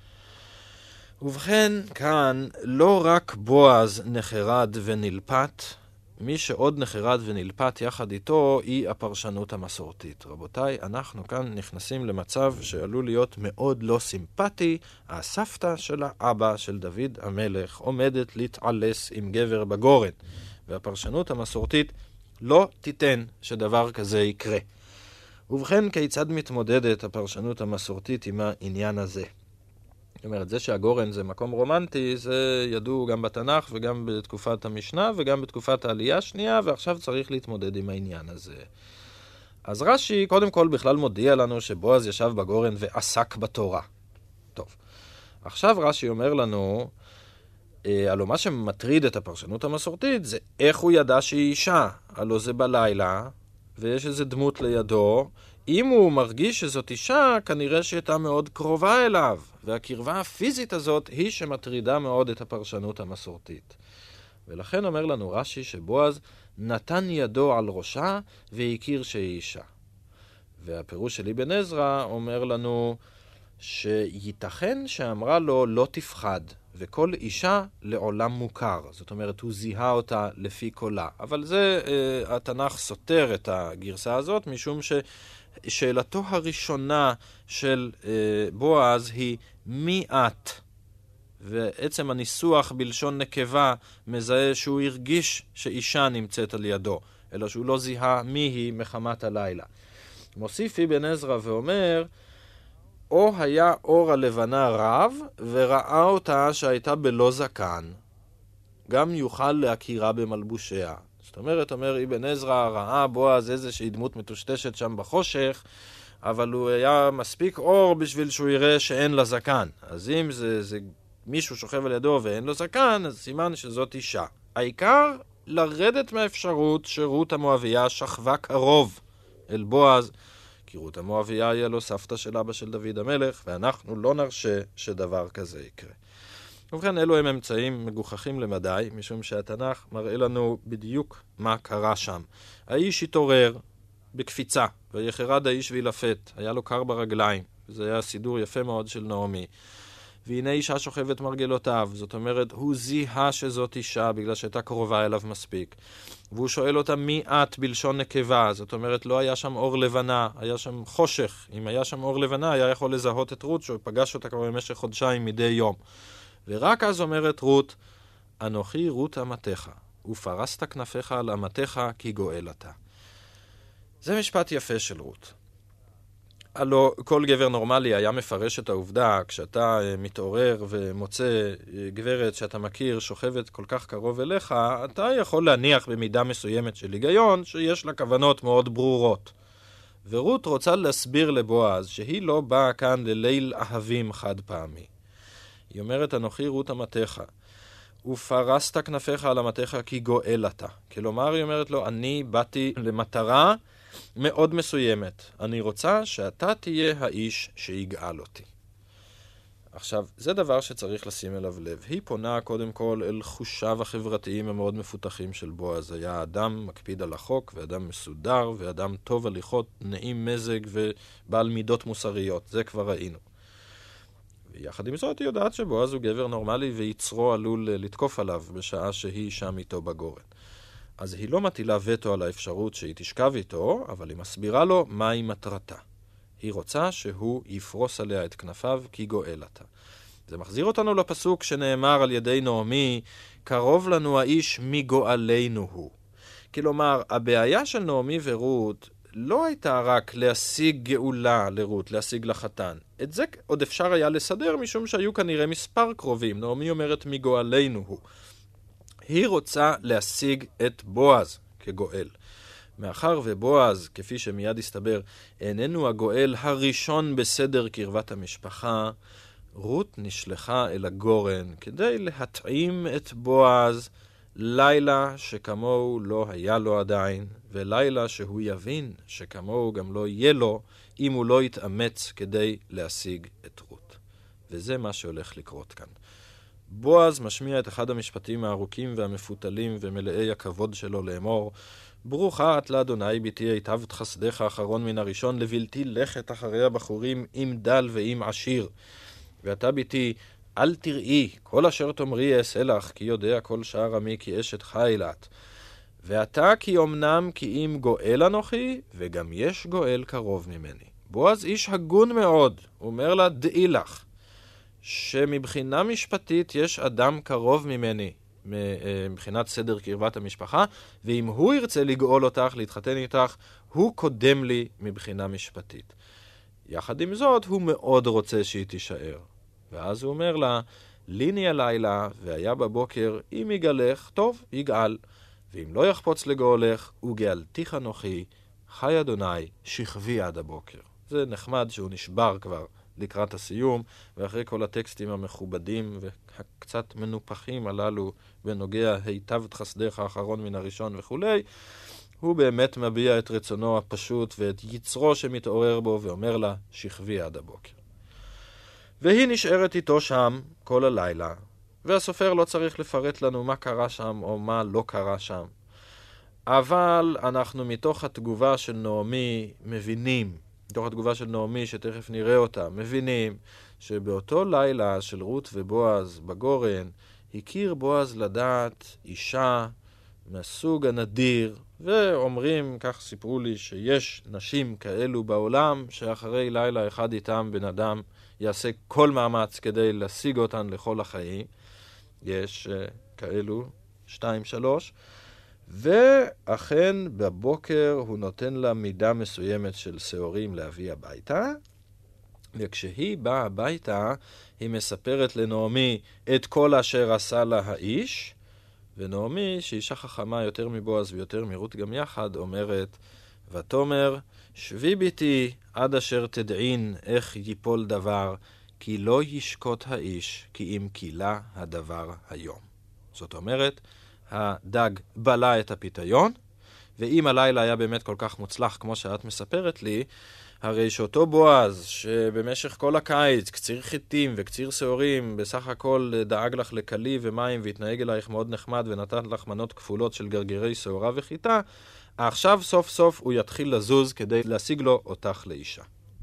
ובכן, כאן לא רק בועז נחרד ונלפת, מי שעוד נחרד ונלפת יחד איתו היא הפרשנות המסורתית. רבותיי, אנחנו כאן נכנסים למצב שעלול להיות מאוד לא סימפטי. הסבתא של האבא של דוד המלך עומדת להתעלס עם גבר בגורן, והפרשנות המסורתית לא תיתן שדבר כזה יקרה. ובכן, כיצד מתמודדת הפרשנות המסורתית עם העניין הזה? זאת אומרת, זה שהגורן זה מקום רומנטי, זה ידעו גם בתנ"ך וגם בתקופת המשנה וגם בתקופת העלייה השנייה, ועכשיו צריך להתמודד עם העניין הזה. אז רש"י קודם כל בכלל מודיע לנו שבועז ישב בגורן ועסק בתורה. טוב, עכשיו רש"י אומר לנו, הלוא מה שמטריד את הפרשנות המסורתית זה איך הוא ידע שהיא אישה. הלוא זה בלילה, ויש איזה דמות לידו, אם הוא מרגיש שזאת אישה, כנראה שהייתה מאוד קרובה אליו, והקרבה הפיזית הזאת היא שמטרידה מאוד את הפרשנות המסורתית. ולכן אומר לנו רש"י שבועז נתן ידו על ראשה והכיר שהיא אישה. והפירוש של אבן עזרא אומר לנו שייתכן שאמרה לו לא תפחד, וכל אישה לעולם מוכר. זאת אומרת, הוא זיהה אותה לפי קולה. אבל זה, אה, התנ"ך סותר את הגרסה הזאת, משום ששאלתו הראשונה של אה, בועז היא מי את? ועצם הניסוח בלשון נקבה מזהה שהוא הרגיש שאישה נמצאת על ידו, אלא שהוא לא זיהה מי היא מחמת הלילה. מוסיף אבן עזרא ואומר, או היה אור הלבנה רב, וראה אותה שהייתה בלא זקן, גם יוכל להכירה במלבושיה. זאת אומרת, אומר אבן עזרא, ראה בועז איזושהי דמות מטושטשת שם בחושך, אבל הוא היה מספיק אור בשביל שהוא יראה שאין לה זקן. אז אם זה, זה מישהו שוכב על ידו ואין לו זקן, אז סימן שזאת אישה. העיקר לרדת מהאפשרות שרות המואביה שכבה קרוב אל בועז, כי רות המואביה היה לו סבתא של אבא של דוד המלך, ואנחנו לא נרשה שדבר כזה יקרה. ובכן, אלו הם אמצעים מגוחכים למדי, משום שהתנ"ך מראה לנו בדיוק מה קרה שם. האיש התעורר בקפיצה, ויחרד האיש וילפת, היה לו קר ברגליים, זה היה סידור יפה מאוד של נעמי. והנה אישה שוכבת מרגלותיו, זאת אומרת, הוא זיהה שזאת אישה בגלל שהייתה קרובה אליו מספיק. והוא שואל אותה מי את בלשון נקבה, זאת אומרת, לא היה שם אור לבנה, היה שם חושך. אם היה שם אור לבנה, היה יכול לזהות את רות, שהוא פגש אותה כבר במשך חודשיים מדי יום. ורק אז אומרת רות, אנוכי רות אמתך, ופרסת כנפיך על אמתך כי גואל אתה. זה משפט יפה של רות. הלא כל גבר נורמלי היה מפרש את העובדה, כשאתה מתעורר ומוצא גברת שאתה מכיר שוכבת כל כך קרוב אליך, אתה יכול להניח במידה מסוימת של היגיון שיש לה כוונות מאוד ברורות. ורות רוצה להסביר לבועז שהיא לא באה כאן לליל אהבים חד פעמי. היא אומרת, אנוכי רות אמתך, ופרסת כנפיך על אמתך כי גואל אתה. כלומר, היא אומרת לו, אני באתי למטרה מאוד מסוימת. אני רוצה שאתה תהיה האיש שיגאל אותי. עכשיו, זה דבר שצריך לשים אליו לב. היא פונה קודם כל אל חושיו החברתיים המאוד מפותחים של בועז. היה אדם מקפיד על החוק, ואדם מסודר, ואדם טוב הליכות, נעים מזג ובעל מידות מוסריות. זה כבר ראינו. ויחד עם זאת היא יודעת שבועז הוא גבר נורמלי ויצרו עלול לתקוף עליו בשעה שהיא שם איתו בגורן. אז היא לא מטילה וטו על האפשרות שהיא תשכב איתו, אבל היא מסבירה לו מהי מטרתה. היא רוצה שהוא יפרוס עליה את כנפיו כי גואל אתה. זה מחזיר אותנו לפסוק שנאמר על ידי נעמי, קרוב לנו האיש מגואלנו הוא. כלומר, הבעיה של נעמי ורות לא הייתה רק להשיג גאולה לרות, להשיג לחתן. את זה עוד אפשר היה לסדר משום שהיו כנראה מספר קרובים. נעמי אומרת מגואלנו הוא. היא רוצה להשיג את בועז כגואל. מאחר ובועז, כפי שמיד הסתבר, איננו הגואל הראשון בסדר קרבת המשפחה, רות נשלחה אל הגורן כדי להתאים את בועז לילה שכמוהו לא היה לו עדיין, ולילה שהוא יבין שכמוהו גם לא יהיה לו אם הוא לא יתאמץ כדי להשיג את רות. וזה מה שהולך לקרות כאן. בועז משמיע את אחד המשפטים הארוכים והמפותלים ומלאי הכבוד שלו לאמור, ברוכה את לאדוני ביתי היטבת חסדך האחרון מן הראשון לבלתי לכת אחרי הבחורים עם דל ועם עשיר. ואתה ביתי אל תראי כל אשר תאמרי אעשה לך כי יודע כל שער עמי כי אשת חיל את. ואתה כי אמנם כי אם גואל אנוכי וגם יש גואל קרוב ממני. בועז איש הגון מאוד, הוא אומר לה דעי לך שמבחינה משפטית יש אדם קרוב ממני מבחינת סדר קרבת המשפחה, ואם הוא ירצה לגאול אותך, להתחתן איתך, הוא קודם לי מבחינה משפטית. יחד עם זאת, הוא מאוד רוצה שהיא תישאר. ואז הוא אומר לה, ליני הלילה, והיה בבוקר, אם יגאלך, טוב, יגאל. ואם לא יחפוץ לגאולך, וגאלתיך אנוכי, חי אדוני, שכבי עד הבוקר. זה נחמד שהוא נשבר כבר לקראת הסיום, ואחרי כל הטקסטים המכובדים והקצת מנופחים הללו בנוגע היטבת חסדך האחרון מן הראשון וכו', הוא באמת מביע את רצונו הפשוט ואת יצרו שמתעורר בו ואומר לה, שכבי עד הבוקר. והיא נשארת איתו שם כל הלילה, והסופר לא צריך לפרט לנו מה קרה שם או מה לא קרה שם. אבל אנחנו מתוך התגובה של נעמי מבינים, מתוך התגובה של נעמי שתכף נראה אותה, מבינים שבאותו לילה של רות ובועז בגורן, הכיר בועז לדעת אישה מהסוג הנדיר, ואומרים, כך סיפרו לי, שיש נשים כאלו בעולם, שאחרי לילה אחד איתם בן אדם יעשה כל מאמץ כדי להשיג אותן לכל החיים. יש uh, כאלו, שתיים, שלוש. ואכן בבוקר הוא נותן לה מידה מסוימת של שעורים להביא הביתה, וכשהיא באה הביתה, היא מספרת לנעמי את כל אשר עשה לה האיש, ונעמי, שאישה חכמה יותר מבועז ויותר מרות גם יחד, אומרת, ותאמר, שבי ביתי עד אשר תדעין איך ייפול דבר, כי לא ישקוט האיש, כי אם קילה הדבר היום. זאת אומרת, הדג בלה את הפיתיון, ואם הלילה היה באמת כל כך מוצלח כמו שאת מספרת לי, הרי שאותו בועז, שבמשך כל הקיץ, קציר חיטים וקציר שעורים, בסך הכל דאג לך לקלי ומים והתנהג אלייך מאוד נחמד ונתן לך מנות כפולות של גרגירי שעורה וחיטה, עכשיו סוף סוף הוא יתחיל לזוז כדי להשיג לו אותך לאישה.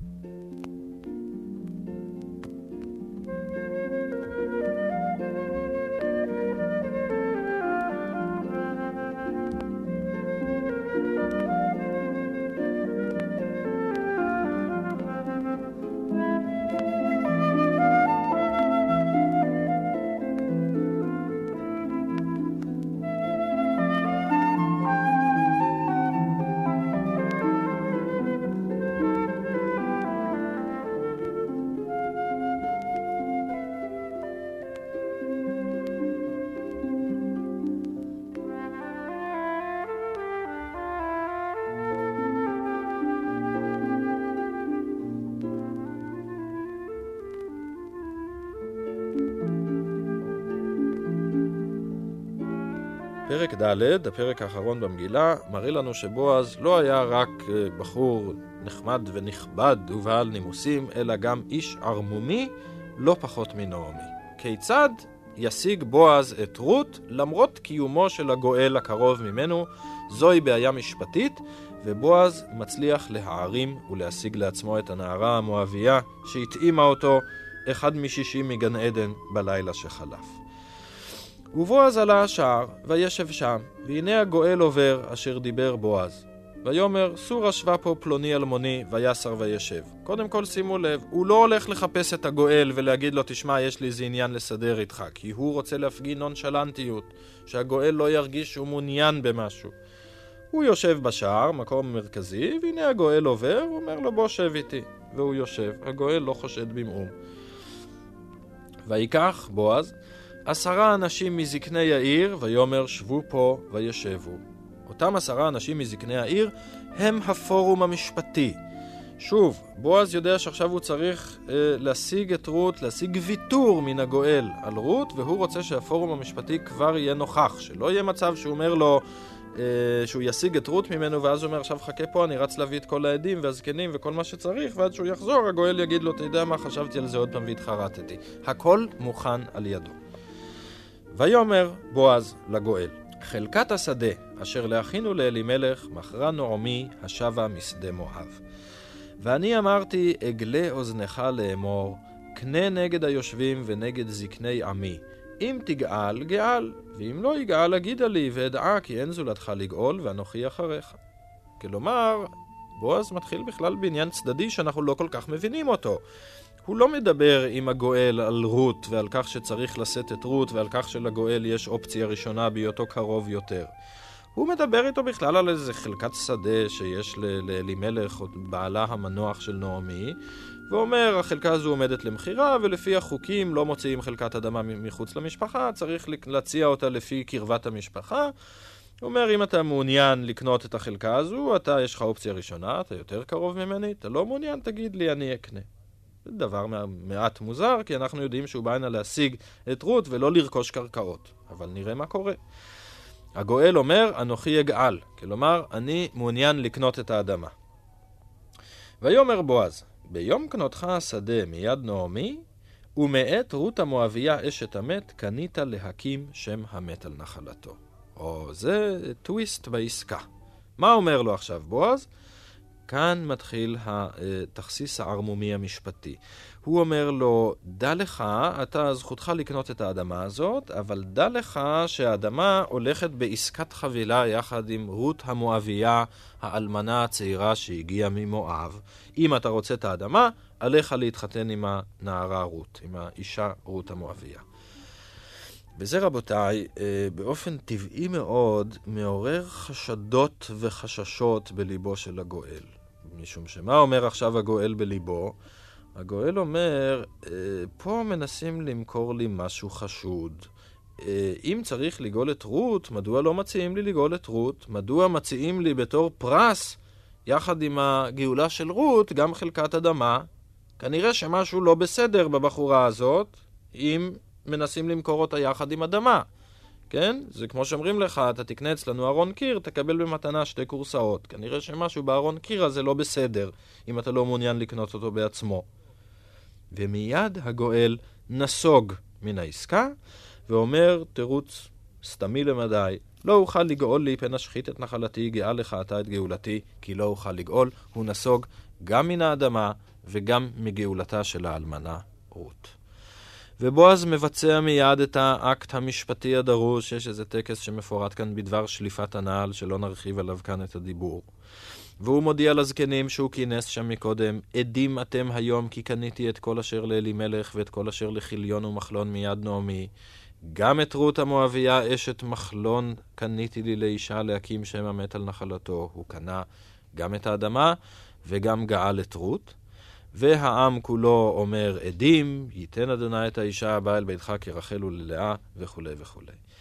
פרק ד', הפרק האחרון במגילה, מראה לנו שבועז לא היה רק בחור נחמד ונכבד ובעל נימוסים, אלא גם איש ערמומי לא פחות מנעמי. כיצד ישיג בועז את רות למרות קיומו של הגואל הקרוב ממנו? זוהי בעיה משפטית, ובועז מצליח להערים ולהשיג לעצמו את הנערה המואביה שהתאימה אותו אחד משישים מגן עדן בלילה שחלף. ובועז עלה השער, וישב שם, והנה הגואל עובר אשר דיבר בועז. ויאמר, סורה שבה פה פלוני אלמוני, ויסר וישב. קודם כל שימו לב, הוא לא הולך לחפש את הגואל ולהגיד לו, תשמע, יש לי איזה עניין לסדר איתך, כי הוא רוצה להפגין נונשלנטיות, שהגואל לא ירגיש שהוא מעוניין במשהו. הוא יושב בשער, מקום מרכזי, והנה הגואל עובר, הוא אומר לו, בוא שב איתי. והוא יושב, הגואל לא חושד במאום. ויקח בועז עשרה אנשים מזקני העיר, ויאמר שבו פה וישבו. אותם עשרה אנשים מזקני העיר הם הפורום המשפטי. שוב, בועז יודע שעכשיו הוא צריך אה, להשיג את רות, להשיג ויתור מן הגואל על רות, והוא רוצה שהפורום המשפטי כבר יהיה נוכח, שלא יהיה מצב שהוא אומר לו אה, שהוא ישיג את רות ממנו, ואז הוא אומר, עכשיו חכה פה, אני רץ להביא את כל העדים והזקנים וכל מה שצריך, ועד שהוא יחזור, הגואל יגיד לו, אתה יודע מה, חשבתי על זה עוד פעם והתחרטתי. הכל מוכן על ידו. ויאמר בועז לגואל, חלקת השדה אשר להכינו לאלימלך מכרה נעמי השבה משדה מואב. ואני אמרתי, אגלה אוזנך לאמור, קנה נגד היושבים ונגד זקני עמי. אם תגאל, גאל, ואם לא יגאל, אגידה לי ואדעה, כי אין זולתך לגאול ואנוכי אחריך. כלומר, בועז מתחיל בכלל בעניין צדדי שאנחנו לא כל כך מבינים אותו. הוא לא מדבר עם הגואל על רות ועל כך שצריך לשאת את רות ועל כך שלגואל יש אופציה ראשונה בהיותו קרוב יותר. הוא מדבר איתו בכלל על איזה חלקת שדה שיש לאלימלך או בעלה המנוח של נעמי, ואומר החלקה הזו עומדת למחירה ולפי החוקים לא מוציאים חלקת אדמה מחוץ למשפחה, צריך להציע אותה לפי קרבת המשפחה. הוא אומר, אם אתה מעוניין לקנות את החלקה הזו, אתה יש לך אופציה ראשונה, אתה יותר קרוב ממני, אתה לא מעוניין, תגיד לי, אני אקנה. זה דבר מעט מוזר, כי אנחנו יודעים שהוא בא הנה להשיג את רות ולא לרכוש קרקעות. אבל נראה מה קורה. הגואל אומר, אנוכי אגאל. כלומר, אני מעוניין לקנות את האדמה. ויאמר בועז, ביום קנותך השדה מיד נעמי, ומאת רות המואביה אשת המת, קנית להקים שם המת על נחלתו. או, זה טוויסט בעסקה. מה אומר לו עכשיו בועז? כאן מתחיל התכסיס הערמומי המשפטי. הוא אומר לו, דע לך, אתה זכותך לקנות את האדמה הזאת, אבל דע לך שהאדמה הולכת בעסקת חבילה יחד עם רות המואביה, האלמנה הצעירה שהגיעה ממואב. אם אתה רוצה את האדמה, עליך להתחתן עם הנערה רות, עם האישה רות המואביה. וזה רבותיי, באופן טבעי מאוד, מעורר חשדות וחששות בליבו של הגואל. משום שמה אומר עכשיו הגואל בליבו? הגואל אומר, פה מנסים למכור לי משהו חשוד. אם צריך לגאול את רות, מדוע לא מציעים לי לגאול את רות? מדוע מציעים לי בתור פרס, יחד עם הגאולה של רות, גם חלקת אדמה? כנראה שמשהו לא בסדר בבחורה הזאת, אם מנסים למכור אותה יחד עם אדמה. כן? זה כמו שאומרים לך, אתה תקנה אצלנו ארון קיר, תקבל במתנה שתי קורסאות. כנראה שמשהו בארון קיר הזה לא בסדר, אם אתה לא מעוניין לקנות אותו בעצמו. ומיד הגואל נסוג מן העסקה, ואומר, תירוץ סתמי למדי, לא אוכל לגאול לי פן אשחית את נחלתי, גאה לך אתה את גאולתי, כי לא אוכל לגאול. הוא נסוג גם מן האדמה וגם מגאולתה של האלמנה רות. ובועז מבצע מיד את האקט המשפטי הדרוש, יש איזה טקס שמפורט כאן בדבר שליפת הנעל, שלא נרחיב עליו כאן את הדיבור. והוא מודיע לזקנים שהוא כינס שם מקודם, עדים אתם היום כי קניתי את כל אשר לאלימלך ואת כל אשר לחיליון ומחלון מיד נעמי. גם את רות המואביה אשת מחלון קניתי לי לאישה להקים שם המת על נחלתו. הוא קנה גם את האדמה וגם גאל את רות. והעם כולו אומר עדים, ייתן אדוני את האישה הבאה אל ביתך כרחל וללאה וכו' וכו'.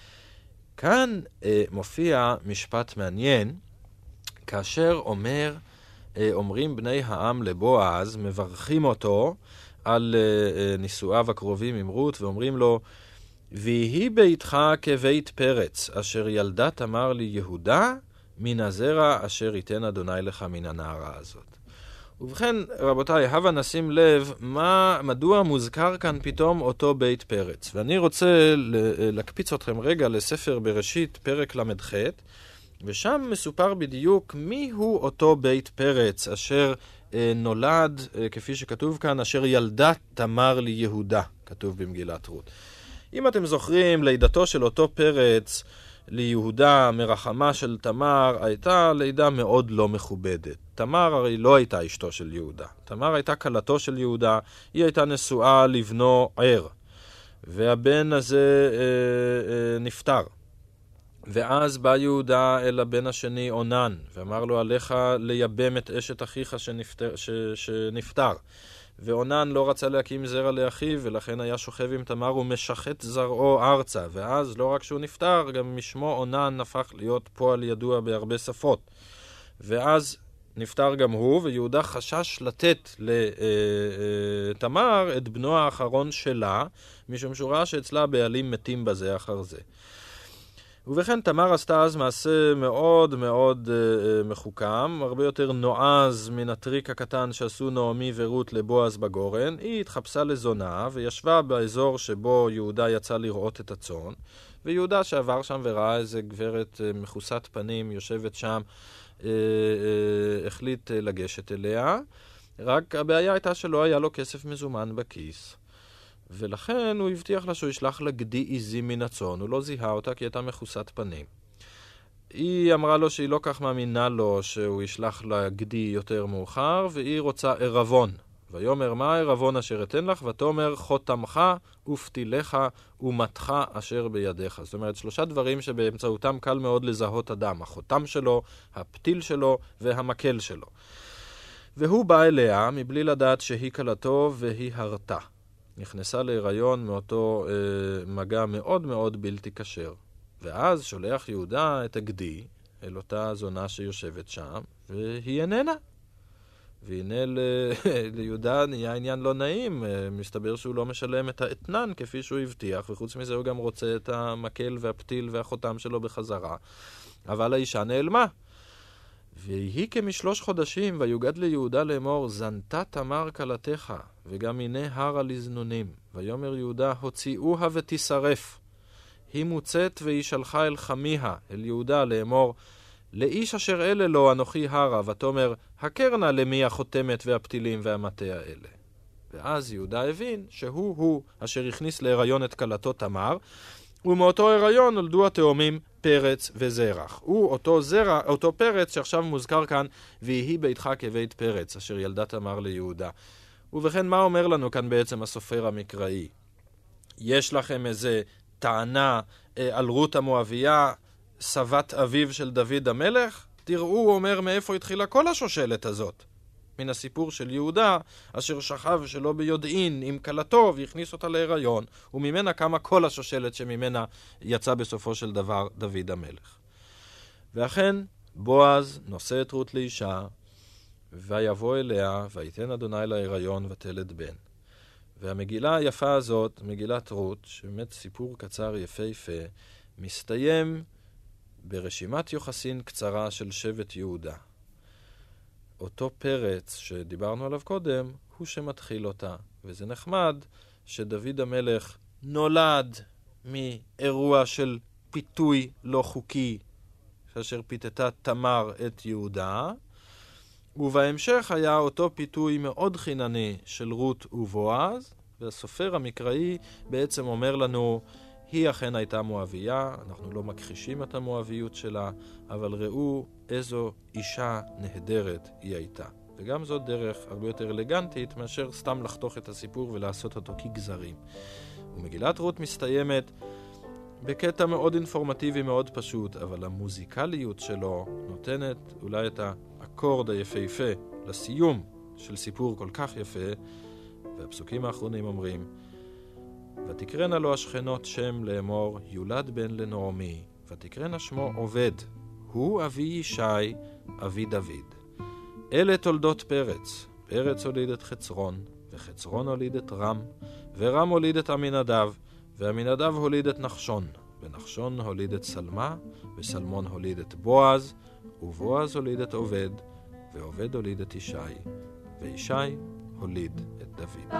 כאן אה, מופיע משפט מעניין, כאשר אומר, אה, אומרים בני העם לבועז, מברכים אותו על אה, אה, נישואיו הקרובים עם רות, ואומרים לו, ויהי ביתך כבית פרץ, אשר ילדה תמר לי יהודה, מן הזרע אשר ייתן אדוני לך מן הנערה הזאת. ובכן, רבותיי, הבה נשים לב מה, מדוע מוזכר כאן פתאום אותו בית פרץ. ואני רוצה להקפיץ אתכם רגע לספר בראשית, פרק למ"ח, ושם מסופר בדיוק מי הוא אותו בית פרץ, אשר אה, נולד, אה, כפי שכתוב כאן, אשר ילדה תמר לי יהודה, כתוב במגילת רות. אם אתם זוכרים, לידתו של אותו פרץ ליהודה מרחמה של תמר הייתה לידה מאוד לא מכובדת. תמר הרי לא הייתה אשתו של יהודה. תמר הייתה כלתו של יהודה, היא הייתה נשואה לבנו ער. והבן הזה אה, אה, נפטר. ואז בא יהודה אל הבן השני אונן, ואמר לו עליך לייבם את אשת אחיך שנפטר. ש, שנפטר. ואונן לא רצה להקים זרע לאחיו, ולכן היה שוכב עם תמר ומשחט זרעו ארצה. ואז לא רק שהוא נפטר, גם משמו אונן הפך להיות פועל ידוע בהרבה שפות. ואז נפטר גם הוא, ויהודה חשש לתת לתמר את בנו האחרון שלה, משום שהוא ראה שאצלה הבעלים מתים בזה אחר זה. ובכן, תמר עשתה אז מעשה מאוד מאוד uh, מחוכם, הרבה יותר נועז מן הטריק הקטן שעשו נעמי ורות לבועז בגורן. היא התחפשה לזונה וישבה באזור שבו יהודה יצא לראות את הצאן, ויהודה שעבר שם וראה איזה גברת uh, מחוסת פנים יושבת שם, uh, uh, החליט uh, לגשת אליה, רק הבעיה הייתה שלא היה לו כסף מזומן בכיס. ולכן הוא הבטיח לה שהוא ישלח לה גדי עיזים מן הצאן. הוא לא זיהה אותה כי הייתה מחוסת פנים. היא אמרה לו שהיא לא כך מאמינה לו שהוא ישלח לה גדי יותר מאוחר, והיא רוצה ערבון. ויאמר מה הערבון אשר אתן לך? ותאמר חותמך ופתילך ומתך אשר בידיך. זאת אומרת, שלושה דברים שבאמצעותם קל מאוד לזהות אדם. החותם שלו, הפתיל שלו והמקל שלו. והוא בא אליה מבלי לדעת שהיא כלתו והיא הרתה. נכנסה להיריון מאותו אה, מגע מאוד מאוד בלתי קשר. ואז שולח יהודה את הגדי אל אותה זונה שיושבת שם, והיא איננה. והנה ל... ליהודה נהיה עניין לא נעים, מסתבר שהוא לא משלם את האתנן כפי שהוא הבטיח, וחוץ מזה הוא גם רוצה את המקל והפתיל והחותם שלו בחזרה. אבל האישה נעלמה. ויהי כמשלוש חודשים, ויוגד ליהודה לאמור, זנתה תמר כלתך, וגם הנה הרה לזנונים. ויאמר יהודה, הוציאוה ותשרף. היא מוצאת והיא שלחה אל חמיה, אל יהודה, לאמור, לאיש אשר אלה לו אנוכי הרה, ותאמר, הכר נא למי החותמת והפתילים והמטה האלה. ואז יהודה הבין שהוא הוא אשר הכניס להיריון את כלתו תמר, ומאותו הריון נולדו התאומים פרץ וזרח. הוא אותו, זרע, אותו פרץ שעכשיו מוזכר כאן, ויהי ביתך כבית פרץ, אשר ילדה תמר ליהודה. ובכן, מה אומר לנו כאן בעצם הסופר המקראי? יש לכם איזה טענה אה, על רות המואביה, סבת אביו של דוד המלך? תראו, הוא אומר מאיפה התחילה כל השושלת הזאת. מן הסיפור של יהודה, אשר שכב שלא ביודעין עם כלתו והכניס אותה להיריון, וממנה קמה כל השושלת שממנה יצא בסופו של דבר דוד המלך. ואכן, בועז נושא את רות לאישה, ויבוא אליה, ויתן אדוני להיריון ותלד בן. והמגילה היפה הזאת, מגילת רות, שבאמת סיפור קצר יפהפה, מסתיים ברשימת יוחסין קצרה של שבט יהודה. אותו פרץ שדיברנו עליו קודם, הוא שמתחיל אותה. וזה נחמד שדוד המלך נולד מאירוע של פיתוי לא חוקי, כאשר פיתתה תמר את יהודה, ובהמשך היה אותו פיתוי מאוד חינני של רות ובועז, והסופר המקראי בעצם אומר לנו, היא אכן הייתה מואביה, אנחנו לא מכחישים את המואביות שלה, אבל ראו איזו אישה נהדרת היא הייתה. וגם זאת דרך הרבה יותר אלגנטית מאשר סתם לחתוך את הסיפור ולעשות אותו כגזרים. ומגילת רות מסתיימת בקטע מאוד אינפורמטיבי, מאוד פשוט, אבל המוזיקליות שלו נותנת אולי את האקורד היפהפה לסיום של סיפור כל כך יפה, והפסוקים האחרונים אומרים, ותקרנה לו השכנות שם לאמור, יולד בן לנעמי, ותקרנה שמו עובד, הוא אבי ישי, אבי דוד. אלה תולדות פרץ, פרץ הוליד את חצרון, וחצרון הוליד את רם, ורם הוליד את עמינדב, ועמינדב הוליד את נחשון, ונחשון הוליד את סלמה, וסלמון הוליד את בועז, ובועז הוליד את עובד, ועובד הוליד את ישי, וישי הוליד את דוד.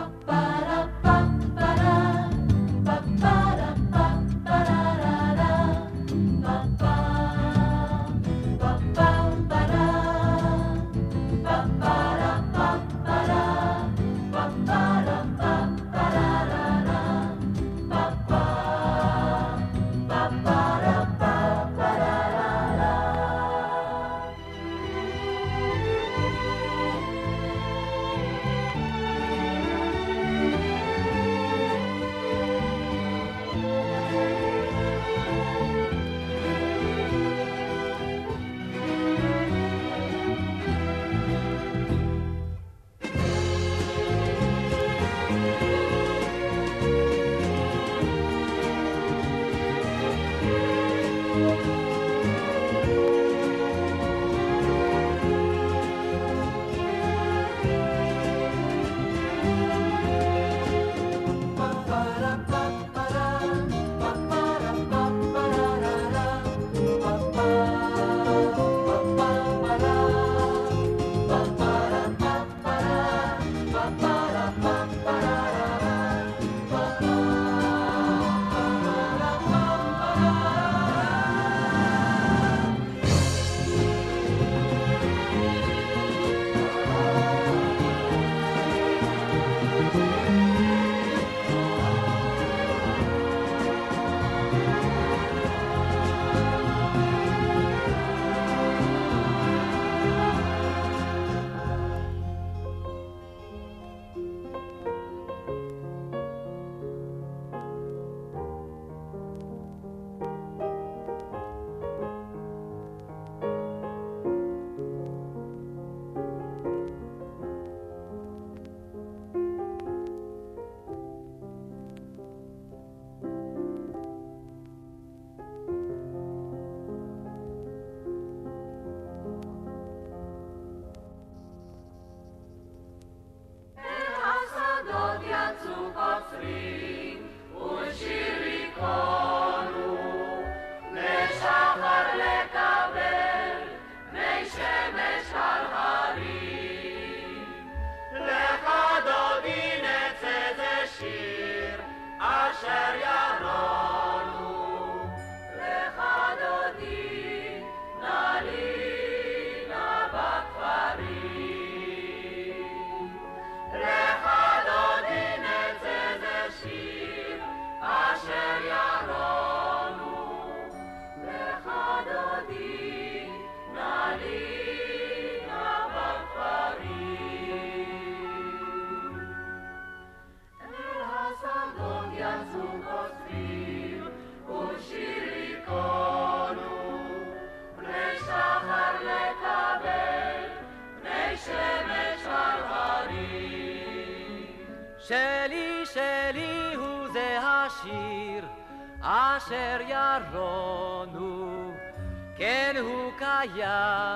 אשר ירונו, כן הוא קיים,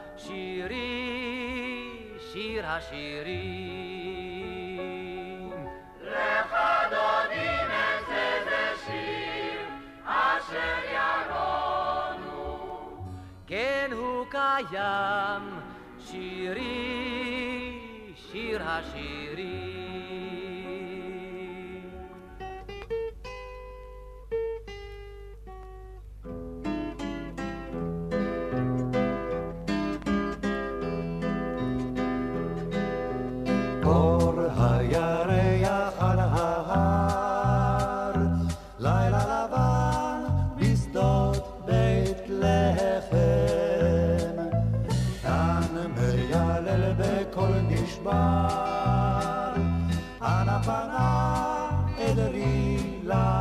שירי, שיר השירים. לך דודי נצא זה שיר, אשר ירונו, כן הוא קיים, שירי, שיר השירים. אור הירח על ההר, לילה לבן בשדות בית לחם, כאן מיילל בקול נשבר, אנה פנה עדרי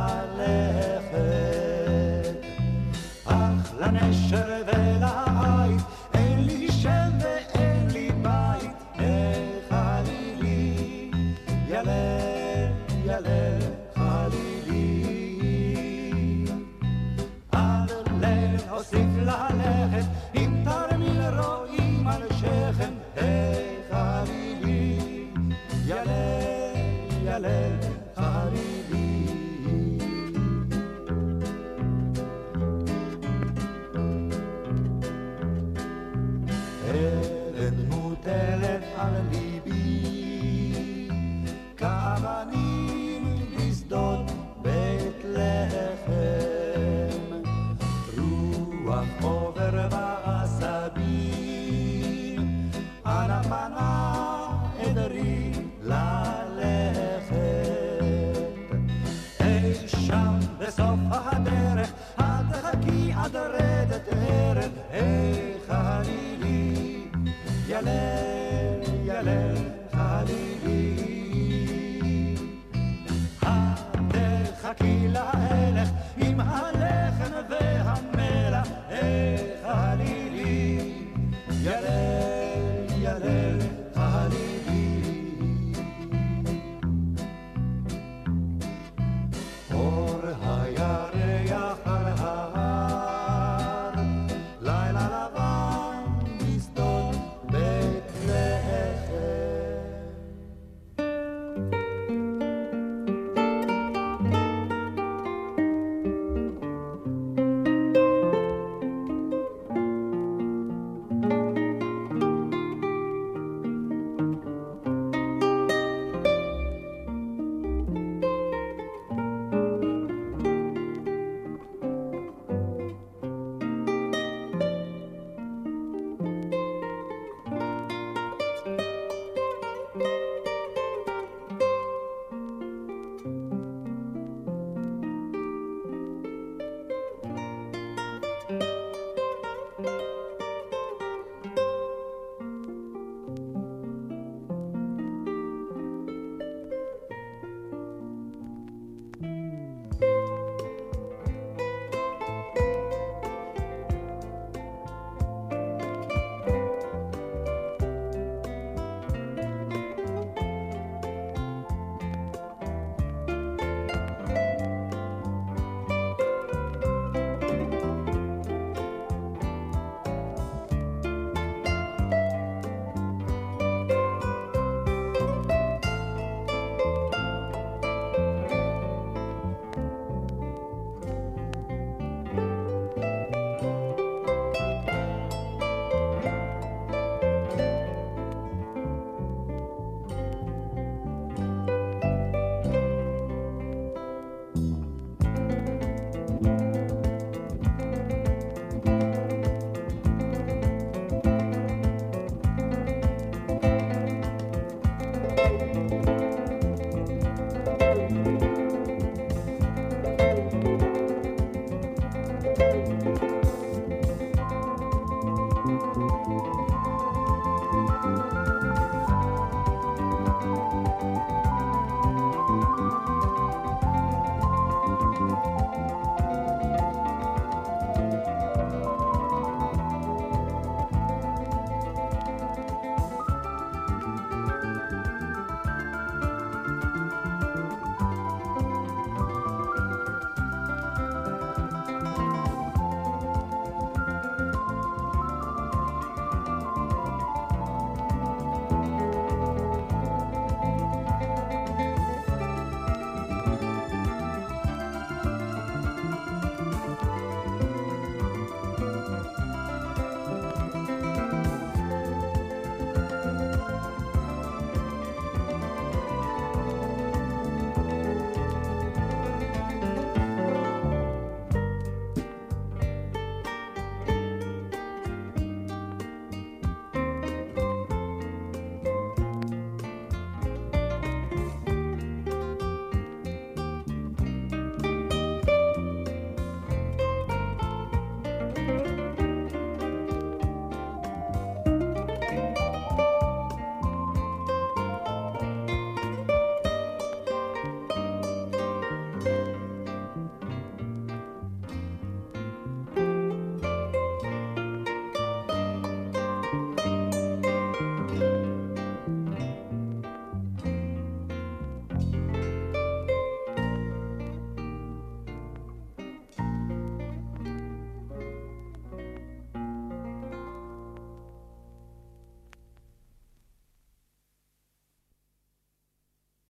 ללכת, אך לנשר ולעית אין לי שם ואין לי בית, חלילי ילל ילל חלילי, עד ליל הוסיף ללכת עם תרמיל רואים על שכם, חלילי ילל ילל חלילי. אבן מוטלת על ליבי, כאבנים בשדות בית לחם, רוח עובר בעשבים, אנה פנה עדרי ללכת, אי שם בסוף הדרך, עד חכי עד רדת ערב, היי חלילי ילל